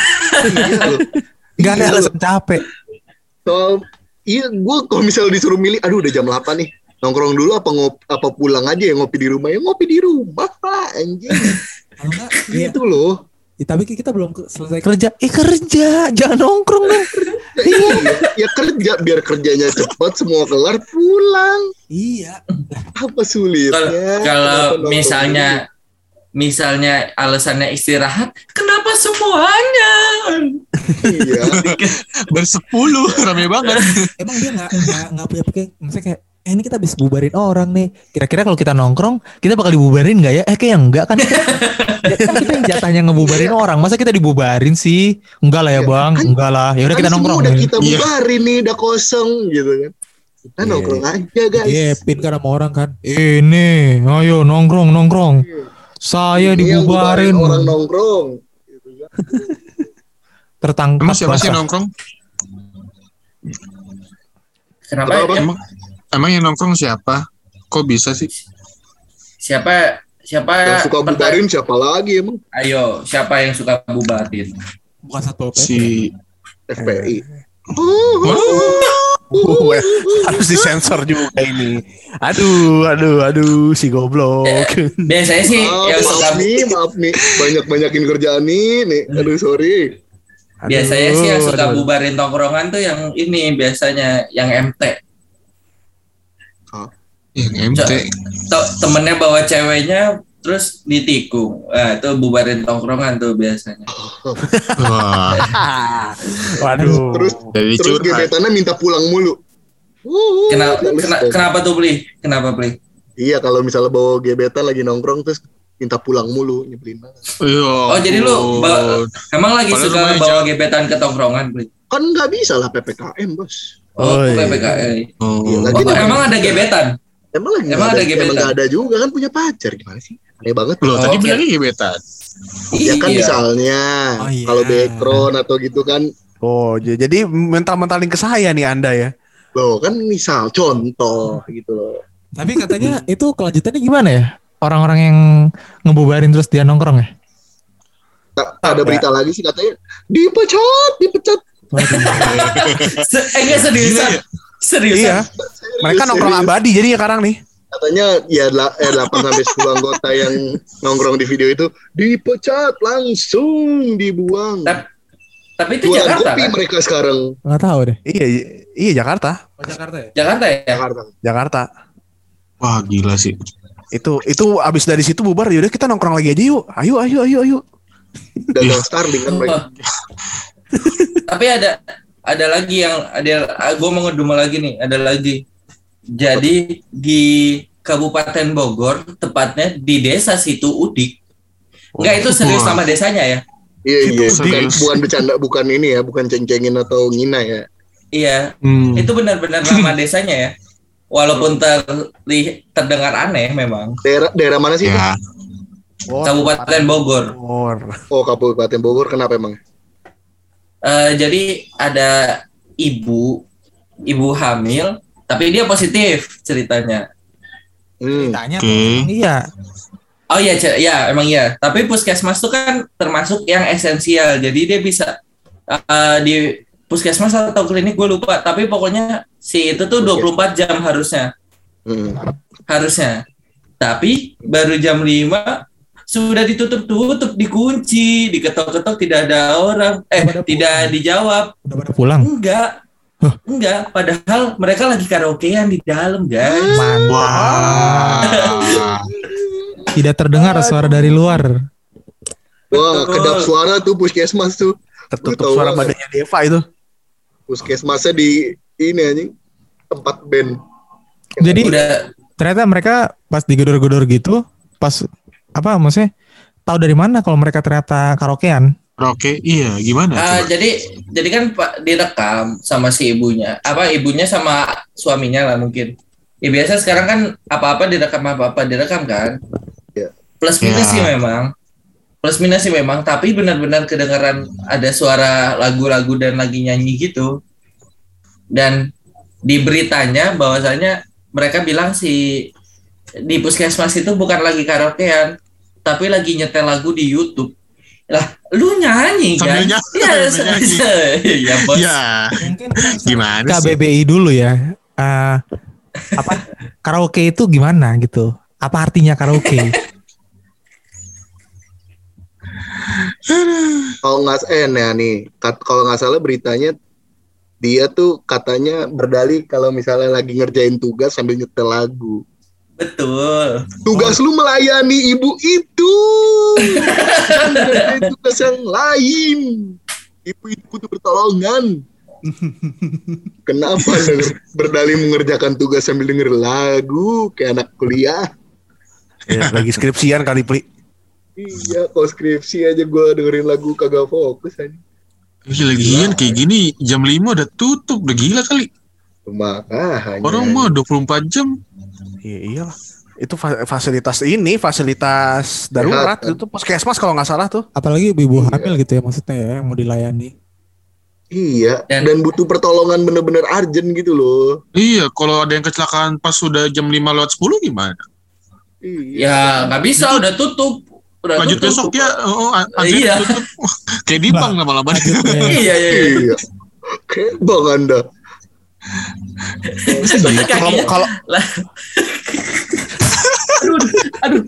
[SPEAKER 2] Gak ada alasan capek.
[SPEAKER 3] Iya, gue kalau misalnya disuruh milih, aduh udah jam 8 nih, nongkrong dulu apa pulang aja ya ngopi di rumah? Ya ngopi di rumah Pak, anjing. Gitu loh.
[SPEAKER 2] tapi kita belum selesai kerja. Kerja, jangan nongkrong dong.
[SPEAKER 3] Ya kerja biar kerjanya cepat, semua kelar pulang.
[SPEAKER 2] Iya.
[SPEAKER 3] Apa sulitnya?
[SPEAKER 1] Kalau misalnya alasannya istirahat, kenapa semuanya?
[SPEAKER 3] Iya.
[SPEAKER 4] Bersepuluh, rame banget.
[SPEAKER 2] Emang dia nggak punya pikir, misalnya kayak ini kita habis bubarin orang nih. Kira-kira kalau kita nongkrong, kita bakal dibubarin nggak ya? Kayak enggak kan? Kan kita yang jatahnya ngebubarin orang. Masa kita dibubarin sih? Enggak lah ya bang, enggak lah. Ya udah kita nongkrong.
[SPEAKER 3] Udah kita bubarin nih, udah kosong gitu kan. Kita nongkrong aja guys.
[SPEAKER 2] Pin kan sama orang kan. Ini, ayo nongkrong. Saya dibubarin.
[SPEAKER 3] Orang nongkrong. Gitu kan.
[SPEAKER 2] Tertangkap.
[SPEAKER 4] Emang siapa sih nongkrong?
[SPEAKER 1] Kenapa?
[SPEAKER 4] Emang yang nongkrong siapa? Kok bisa sih?
[SPEAKER 1] Siapa
[SPEAKER 3] yang suka bubarin siapa lagi emang?
[SPEAKER 1] Ayo, siapa yang suka bubarin?
[SPEAKER 2] Bukan Satpol PP.
[SPEAKER 4] Si
[SPEAKER 3] FPI.
[SPEAKER 6] Harus disensor juga ini. Aduh, si goblok.
[SPEAKER 1] Biasanya sih yang suka
[SPEAKER 3] maaf nih, banyakin kerjaan nih. Aduh, sorry.
[SPEAKER 1] Biasanya sih yang suka bubarin tongkrongan tuh yang ini biasanya yang MT.
[SPEAKER 4] Yang MT.
[SPEAKER 1] Temennya bawa ceweknya terus ditikung. Itu bubarin tongkrongan tuh biasanya.
[SPEAKER 6] Waduh.
[SPEAKER 3] Terus gebetannya minta pulang mulu.
[SPEAKER 1] Kenapa tuh Bli? Kenapa Bli?
[SPEAKER 3] Iya, kalau misalnya bawa gebetan lagi nongkrong terus minta pulang mulu, nyebelin banget.
[SPEAKER 1] Oh, jadi lu emang lagi suka bawa gebetan ke tongkrongan, Bli?
[SPEAKER 3] Kan nggak bisa lah PPKM, Bos.
[SPEAKER 1] PPKM. Emang ada gebetan?
[SPEAKER 3] Emang ada gebetan? Emang nggak ada juga kan, punya pacar, gimana sih? Aneh banget.
[SPEAKER 4] Loh, tadi bilangnya gebetan.
[SPEAKER 3] Ya kan misalnya kalau background atau gitu kan.
[SPEAKER 6] Oh, jadi mental-mentalin ke saya nih Anda ya.
[SPEAKER 3] Loh, kan misal contoh gitu loh.
[SPEAKER 2] Tapi katanya itu kelanjutannya gimana ya? Orang-orang yang ngebubarin terus dia nongkrong ya?
[SPEAKER 3] Ada berita lagi sih katanya dipecat.
[SPEAKER 1] Enggak serius.
[SPEAKER 6] Iya. Mereka nongkrong abadi jadi ya sekarang nih.
[SPEAKER 3] Katanya ya 8-10 anggota yang nongkrong di video itu dipecat, langsung dibuang.
[SPEAKER 1] Tapi itu Jakarta
[SPEAKER 3] kopi
[SPEAKER 1] kan?
[SPEAKER 3] Mereka sekarang.
[SPEAKER 2] Nggak tahu deh.
[SPEAKER 6] Iya Jakarta.
[SPEAKER 2] Jakarta ya?
[SPEAKER 6] Jakarta.
[SPEAKER 3] Wah,
[SPEAKER 6] gila sih. Itu abis dari situ bubar, yaudah kita nongkrong lagi aja yuk. Ayo.
[SPEAKER 3] Dagang Starling kan mereka.
[SPEAKER 1] Tapi ada lagi yang gue mau ngedumel lagi nih, ada lagi. Jadi di Kabupaten Bogor, tepatnya di Desa Situ Udik. Enggak, itu serius nama desanya ya.
[SPEAKER 3] Iya, bukan bercanda, bukan ini ya, bukan ceng-cengin atau ngina ya.
[SPEAKER 1] Iya, itu benar-benar nama desanya ya. Walaupun terdengar aneh memang.
[SPEAKER 3] Daerah mana sih?
[SPEAKER 1] Ya. Kabupaten Bogor.
[SPEAKER 3] Oh, Kabupaten Bogor, kenapa emang?
[SPEAKER 1] Jadi ada ibu hamil, tapi dia positif ceritanya.
[SPEAKER 2] Ceritanya iya.
[SPEAKER 1] Oh iya, emang iya. Tapi puskesmas itu kan termasuk yang esensial. Jadi dia bisa di puskesmas atau klinik gue lupa. Tapi pokoknya si itu tuh 24 jam harusnya. Harusnya. Tapi baru jam 5 sudah ditutup, dikunci, diketok-ketok, tidak ada orang. Tidak dijawab.
[SPEAKER 2] Udah pada pulang?
[SPEAKER 1] Enggak. Padahal mereka lagi karaokean di dalam, guys.
[SPEAKER 2] Mantap. Tidak terdengar suara dari luar.
[SPEAKER 3] Wah, kedap suara tuh puskesmas tuh.
[SPEAKER 6] Tertutup suara badannya Deva itu.
[SPEAKER 3] Puskesmasnya di ini anjing, tempat band.
[SPEAKER 2] Jadi ternyata mereka pas digedor-gedor gitu, pas apa maksudnya? Tahu dari mana kalau mereka ternyata karaokean?
[SPEAKER 4] Karaoke, iya, gimana?
[SPEAKER 1] Jadi kan Pak direkam sama si ibunya. Ibunya sama suaminya lah mungkin. Ya biasa sekarang kan apa-apa direkam kan. Plus minus sih memang, tapi benar-benar kedengaran ada suara lagu-lagu dan lagi nyanyi gitu. Dan di beritanya bahwasanya mereka bilang di puskesmas itu bukan lagi karaokean, tapi lagi nyetel lagu di YouTube. Lah, lu nyanyi kan? Iya, bos.
[SPEAKER 4] Ya.
[SPEAKER 2] Mungkin
[SPEAKER 4] gimana
[SPEAKER 2] KBBI dulu ya. Karaoke itu gimana gitu? Apa artinya karaoke?
[SPEAKER 3] Kalau nggak kalau nggak salah beritanya dia tuh katanya berdalih kalau misalnya lagi ngerjain tugas sambil nyetel lagu.
[SPEAKER 1] Betul.
[SPEAKER 3] Tugas lu melayani ibu itu. Dan ngerjain tugas yang lain. Ibu itu butuh pertolongan. Kenapa berdalih mengerjakan tugas sambil denger lagu kayak anak kuliah?
[SPEAKER 6] Ya, lagi skripsian kali, Pli.
[SPEAKER 3] Iya, kalau skripsi aja gue dengerin lagu kagak fokus aja.
[SPEAKER 4] Lagian kayak gini jam 5 udah tutup, udah gila kali.
[SPEAKER 3] Makanya.
[SPEAKER 4] Orang mah 24 jam.
[SPEAKER 6] Iya iyalah. Itu fasilitas darurat itu puskesmas kalau nggak salah tuh.
[SPEAKER 2] Apalagi ibu hamil gitu ya maksudnya ya yang mau dilayani.
[SPEAKER 3] Iya, dan butuh pertolongan bener-bener urgent gitu loh.
[SPEAKER 4] Iya, kalau ada yang kecelakaan pas sudah jam 5:10 gimana?
[SPEAKER 3] Iya.
[SPEAKER 1] Ya nggak bisa, udah tutup.
[SPEAKER 4] Lanjut besok ya.
[SPEAKER 1] Iya.
[SPEAKER 4] Tutup. Kayak di bank lama-lama.
[SPEAKER 1] Iya.
[SPEAKER 3] Kayak bang Anda.
[SPEAKER 6] Kalau
[SPEAKER 1] aduh.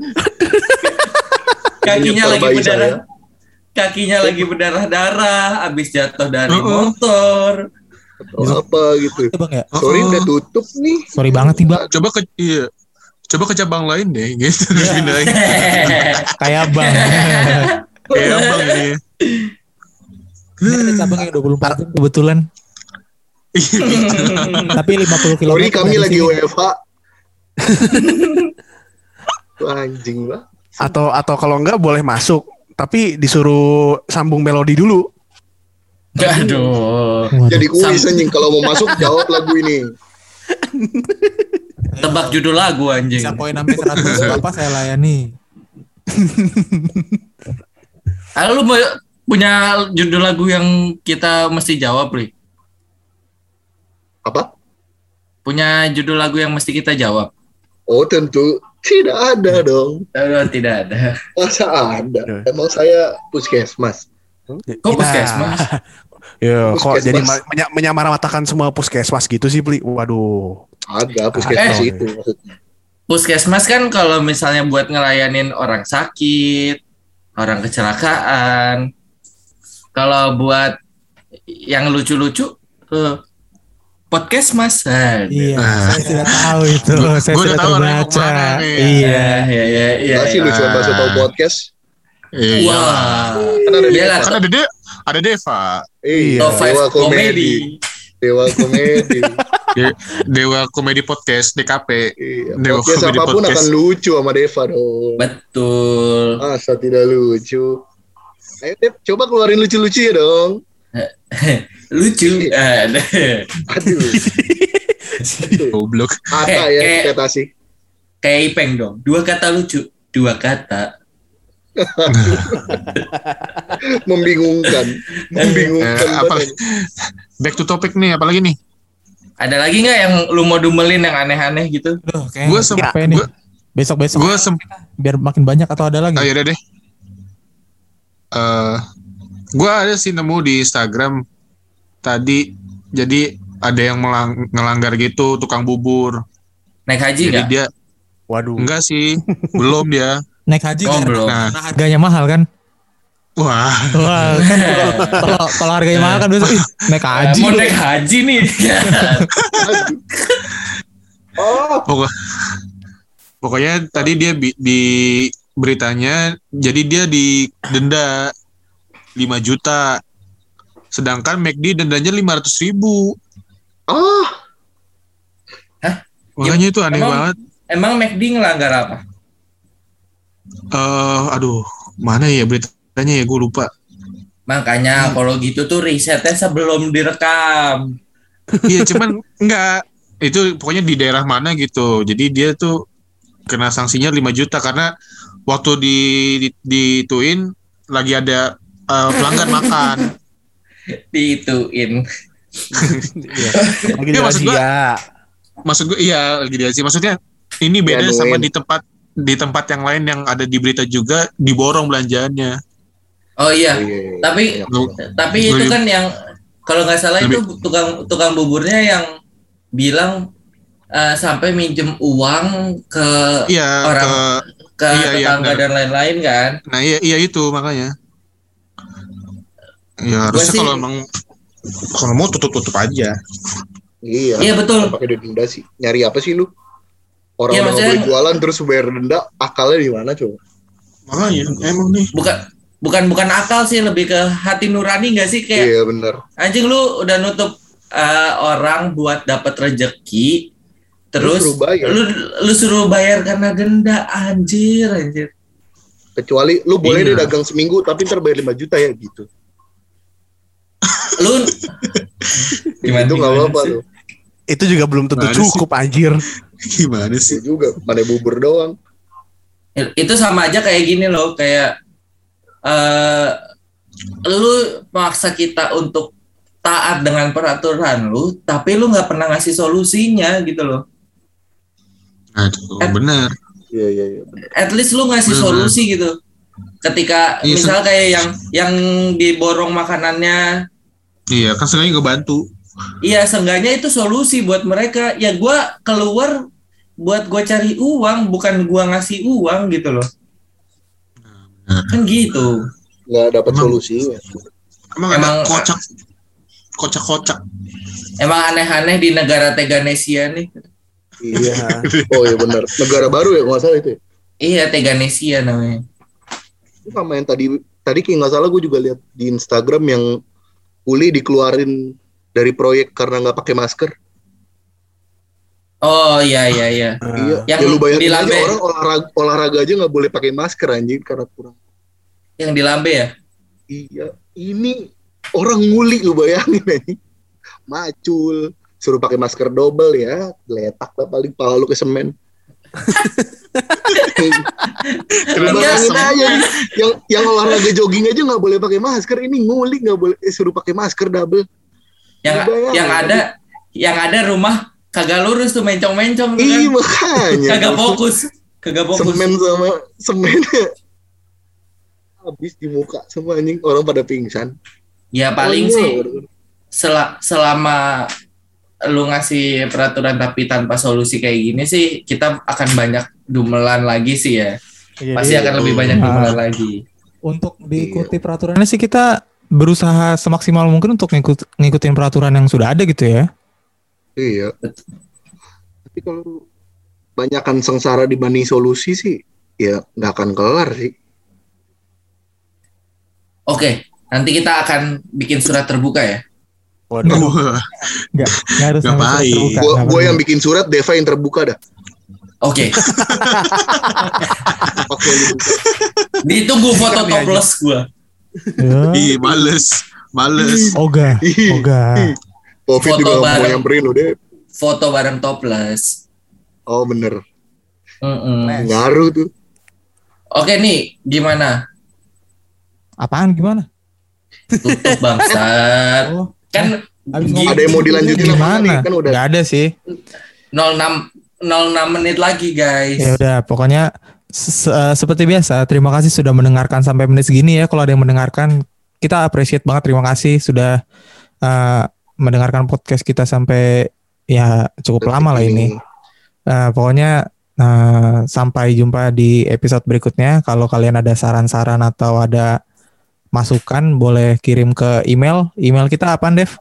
[SPEAKER 1] Kakinya lagi berdarah-darah abis jatuh dari motor.
[SPEAKER 3] Atau apa gitu.
[SPEAKER 2] Bang ya?
[SPEAKER 3] Sorry udah tutup nih.
[SPEAKER 2] Sorry banget nih, Bang.
[SPEAKER 4] Coba ke cabang lain deh gitu.
[SPEAKER 2] Kayak Bang.
[SPEAKER 4] Kayak Bang ini.
[SPEAKER 2] Ini ada cabang yang 24 jam kebetulan. Tapi 50 km.
[SPEAKER 3] Sorry kami lagi WFH. Anjing lah.
[SPEAKER 6] Atau kalau enggak boleh masuk, tapi disuruh sambung melodi dulu.
[SPEAKER 1] Aduh.
[SPEAKER 3] Jadi kuis anjing kalau mau masuk jawab lagu ini.
[SPEAKER 1] Tebak judul lagu anjing.
[SPEAKER 2] Bisa poin sampai 100 apa saya layani.
[SPEAKER 1] Lu punya judul lagu yang kita mesti jawab, Li?
[SPEAKER 3] Apa?
[SPEAKER 1] Punya judul lagu yang mesti kita jawab?
[SPEAKER 3] Oh tentu tidak ada dong.
[SPEAKER 1] Tidak ada.
[SPEAKER 3] Masa ada? Emang saya puskesmas.
[SPEAKER 1] Kok puskesmas?
[SPEAKER 6] Ya, kok jadi menyamaratakan semua puskesmas gitu sih, Pli? Waduh.
[SPEAKER 3] Agak puskesmas itu maksudnya.
[SPEAKER 1] Puskesmas kan kalau misalnya buat ngelayanin orang sakit, orang kecelakaan. Kalau buat yang lucu-lucu, podcast
[SPEAKER 2] Iya, saya tidak tahu itu. Saya
[SPEAKER 4] tidak
[SPEAKER 2] terbaca.
[SPEAKER 1] Iya.
[SPEAKER 3] Masih lucu bahasa tahu podcast.
[SPEAKER 4] Iya.
[SPEAKER 1] Wah.
[SPEAKER 3] Kan
[SPEAKER 4] ada Deva.
[SPEAKER 3] Iya. Dewa komedi.
[SPEAKER 4] Dewa komedi podcast DKP.
[SPEAKER 3] Iya.
[SPEAKER 4] Dewa
[SPEAKER 3] podcast
[SPEAKER 4] komedi
[SPEAKER 3] apapun
[SPEAKER 4] podcast.
[SPEAKER 3] akan lucu sama Deva dong.
[SPEAKER 1] Betul.
[SPEAKER 3] Masa tidak lucu? Ayo Dev, coba keluarin lucu-lucu ya dong.
[SPEAKER 1] Lucu.
[SPEAKER 3] Aduh.
[SPEAKER 4] Goblok.
[SPEAKER 3] Kata ya ekspektasi.
[SPEAKER 1] Kayak Ipeng dong. 2 kata lucu. 2 kata.
[SPEAKER 3] Membingungkan.
[SPEAKER 4] Back to topic nih, apalagi nih?
[SPEAKER 1] Ada lagi nggak yang lu mau dumelin yang aneh-aneh gitu?
[SPEAKER 2] Gue besok-besok biar makin banyak atau ada lagi?
[SPEAKER 4] Oh yaudah deh. Gue ada sih nemu di Instagram tadi. Jadi ada yang ngelanggar gitu, tukang bubur.
[SPEAKER 1] Naik haji nggak?
[SPEAKER 4] Dia,
[SPEAKER 6] waduh.
[SPEAKER 4] Enggak sih, belum dia.
[SPEAKER 2] Naik haji
[SPEAKER 1] belum.
[SPEAKER 2] Nah, harganya mahal kan?
[SPEAKER 4] Wah
[SPEAKER 2] kan kalau harganya mahal kan biasanya naik haji.
[SPEAKER 1] Mau naik haji nih.
[SPEAKER 4] Pokoknya tadi dia di beritanya, jadi dia didenda 5 juta. Sedangkan McD dendanya 500.000.
[SPEAKER 3] Oh.
[SPEAKER 1] Hah?
[SPEAKER 4] Makanya itu aneh banget.
[SPEAKER 1] Emang McD ngelanggar apa?
[SPEAKER 4] Aduh, mana ya beritanya ya, gue lupa.
[SPEAKER 1] Makanya kalau gitu tuh risetnya sebelum direkam.
[SPEAKER 4] Iya, cuman enggak. Itu pokoknya di daerah mana gitu. Jadi dia tuh kena sanksinya 5 juta karena waktu dituin lagi ada pelanggan makan.
[SPEAKER 1] Dituin.
[SPEAKER 6] Lagi
[SPEAKER 4] Maksud gue iya lagi dia sih. Maksudnya ini beda sama di tempat yang lain yang ada di berita juga diborong belanjaannya.
[SPEAKER 1] Oh iya. Tapi itu kan yang kalau nggak salah itu tukang buburnya yang bilang sampai minjem uang ke orang ke tetangga dan lain-lain kan.
[SPEAKER 4] Nah iya itu makanya. Ya harusnya kalau emang kalau mau tutup aja.
[SPEAKER 3] Iya
[SPEAKER 1] betul.
[SPEAKER 3] Pakai denda sih. Nyari apa sih lu? Orang nggak boleh jualan terus bayar denda, akalnya di mana coba?
[SPEAKER 4] Makanya emang nih.
[SPEAKER 1] Bukan akal sih, lebih ke hati nurani nggak sih, kayak.
[SPEAKER 3] Iya benar.
[SPEAKER 1] Anjing, lu udah nutup orang buat dapat rejeki, terus lu suruh bayar karena denda, anjir.
[SPEAKER 3] Kecuali lu boleh deh dagang seminggu tapi ntar bayar 5 juta ya gitu.
[SPEAKER 1] Lu
[SPEAKER 3] gimana itu nggak apa-apa lu.
[SPEAKER 6] Itu juga belum tentu cukup anjir.
[SPEAKER 4] Gimana sih?
[SPEAKER 3] Itu juga pada bubur doang.
[SPEAKER 1] Itu sama aja kayak gini loh, kayak lu maksa kita untuk taat dengan peraturan lu, tapi lu nggak pernah ngasih solusinya gitu loh.
[SPEAKER 4] Aduh, benar.
[SPEAKER 3] Iya benar.
[SPEAKER 1] At least lu ngasih solusi gitu. Ketika misal kayak yang diborong makanannya.
[SPEAKER 4] Iya, kan seenggaknya ngebantu.
[SPEAKER 1] Iya, seenggaknya itu solusi buat mereka. Ya gue keluar buat gue cari uang, bukan gue ngasih uang gitu loh. Kan gitu.
[SPEAKER 3] Nggak dapat solusinya.
[SPEAKER 4] Emang kocak.
[SPEAKER 1] Emang aneh-aneh di negara Teganesia nih.
[SPEAKER 3] Iya. Oh iya benar. Negara baru ya nggak salah itu.
[SPEAKER 1] Iya, Teganesia namanya.
[SPEAKER 3] Itu sama yang tadi kayak nggak salah gue juga lihat di Instagram yang kuli dikeluarin dari proyek karena nggak pakai masker.
[SPEAKER 1] Oh iya.
[SPEAKER 3] Iya. Yang lu bayangin aja orang olahraga aja nggak boleh pakai masker anjing karena kurang.
[SPEAKER 1] Yang di Lambe ya?
[SPEAKER 3] Iya. Ini orang nguli lu bayangin anjing. Macul, suruh pakai masker double ya, geletak lah paling pala lu ke semen. Bayangin aja yang olahraga jogging aja nggak boleh pakai masker, ini ngulik nggak boleh suruh pakai masker double. Yang ada rumah kagak lurus tuh, mencong-mencong tuh kan. Iya makanya.
[SPEAKER 1] Kagak fokus.
[SPEAKER 3] Semen sama semennya habis di muka semua anjing, orang pada pingsan.
[SPEAKER 1] Ya paling sih selama lu ngasih peraturan tapi tanpa solusi kayak gini sih, kita akan banyak dumelan lagi sih ya. Pasti akan lebih banyak dumelan lagi.
[SPEAKER 2] Untuk diikuti peraturannya sih kita berusaha semaksimal mungkin untuk ngikutin peraturan yang sudah ada gitu ya.
[SPEAKER 3] Iya. Tapi kalau banyakkan sengsara dibanding solusi sih, ya nggak akan kelar sih.
[SPEAKER 1] Oke, nanti kita akan bikin surat terbuka ya.
[SPEAKER 6] Waduh.
[SPEAKER 2] Nggak harus
[SPEAKER 4] terbuka.
[SPEAKER 3] Gue yang bikin surat, Deva yang terbuka dah.
[SPEAKER 1] Oke. Ditunggu foto toples gue.
[SPEAKER 4] Ih, males.
[SPEAKER 2] Oga.
[SPEAKER 3] Covid juga mau nyamperin lo deh.
[SPEAKER 1] Foto bareng toples.
[SPEAKER 3] Oh bener. Ngaruh tuh.
[SPEAKER 1] Oke nih, gimana?
[SPEAKER 2] Apaan gimana?
[SPEAKER 1] Tutup bangsat. Kan
[SPEAKER 3] ada yang mau dilanjutin
[SPEAKER 2] gimana?
[SPEAKER 3] Kan udah.
[SPEAKER 2] Gak ada sih.
[SPEAKER 1] 06 menit lagi guys.
[SPEAKER 2] Ya udah, pokoknya seperti biasa, terima kasih sudah mendengarkan sampai menit segini ya. Kalau ada yang mendengarkan, kita appreciate banget. Terima kasih sudah mendengarkan podcast kita sampai ya cukup lama lah ini. Pokoknya sampai jumpa di episode berikutnya. Kalau kalian ada saran-saran atau ada masukan, boleh kirim ke email. Email kita apaan, Dev?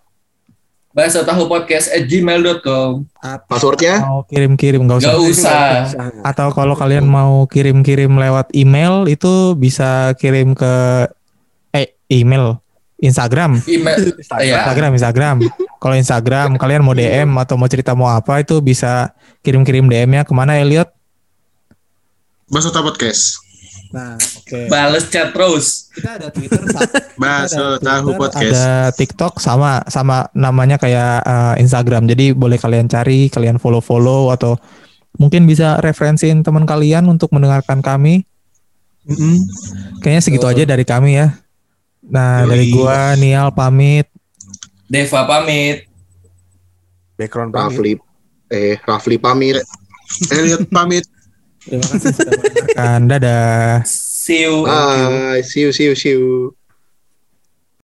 [SPEAKER 1] basotahupodcast@gmail.com.
[SPEAKER 3] Passwordnya?
[SPEAKER 2] Mau kirim-kirim nggak
[SPEAKER 1] usah.
[SPEAKER 2] Atau kalau kalian mau kirim-kirim lewat email, itu bisa kirim ke email Instagram. Instagram. Kalau Instagram kalian mau DM atau mau cerita mau apa, itu bisa kirim-kirim DM-nya kemana, Elliot?
[SPEAKER 4] Basota Podcast.
[SPEAKER 2] Nah, oke.
[SPEAKER 1] Bales chat terus.
[SPEAKER 2] Kita ada Twitter,
[SPEAKER 4] Basotahu Podcast.
[SPEAKER 2] ada TikTok sama namanya kayak Instagram. Jadi boleh kalian cari, kalian follow atau mungkin bisa referensiin teman kalian untuk mendengarkan kami. Kayaknya segitu aja dari kami ya. Nah, dari gua Nial pamit.
[SPEAKER 1] Deva pamit.
[SPEAKER 6] Background pamit.
[SPEAKER 3] Rafli pamit.
[SPEAKER 4] Elliot pamit.
[SPEAKER 2] Terima kasih sudah mendengarkan. Dadah.
[SPEAKER 1] See you.
[SPEAKER 3] Bye. See you.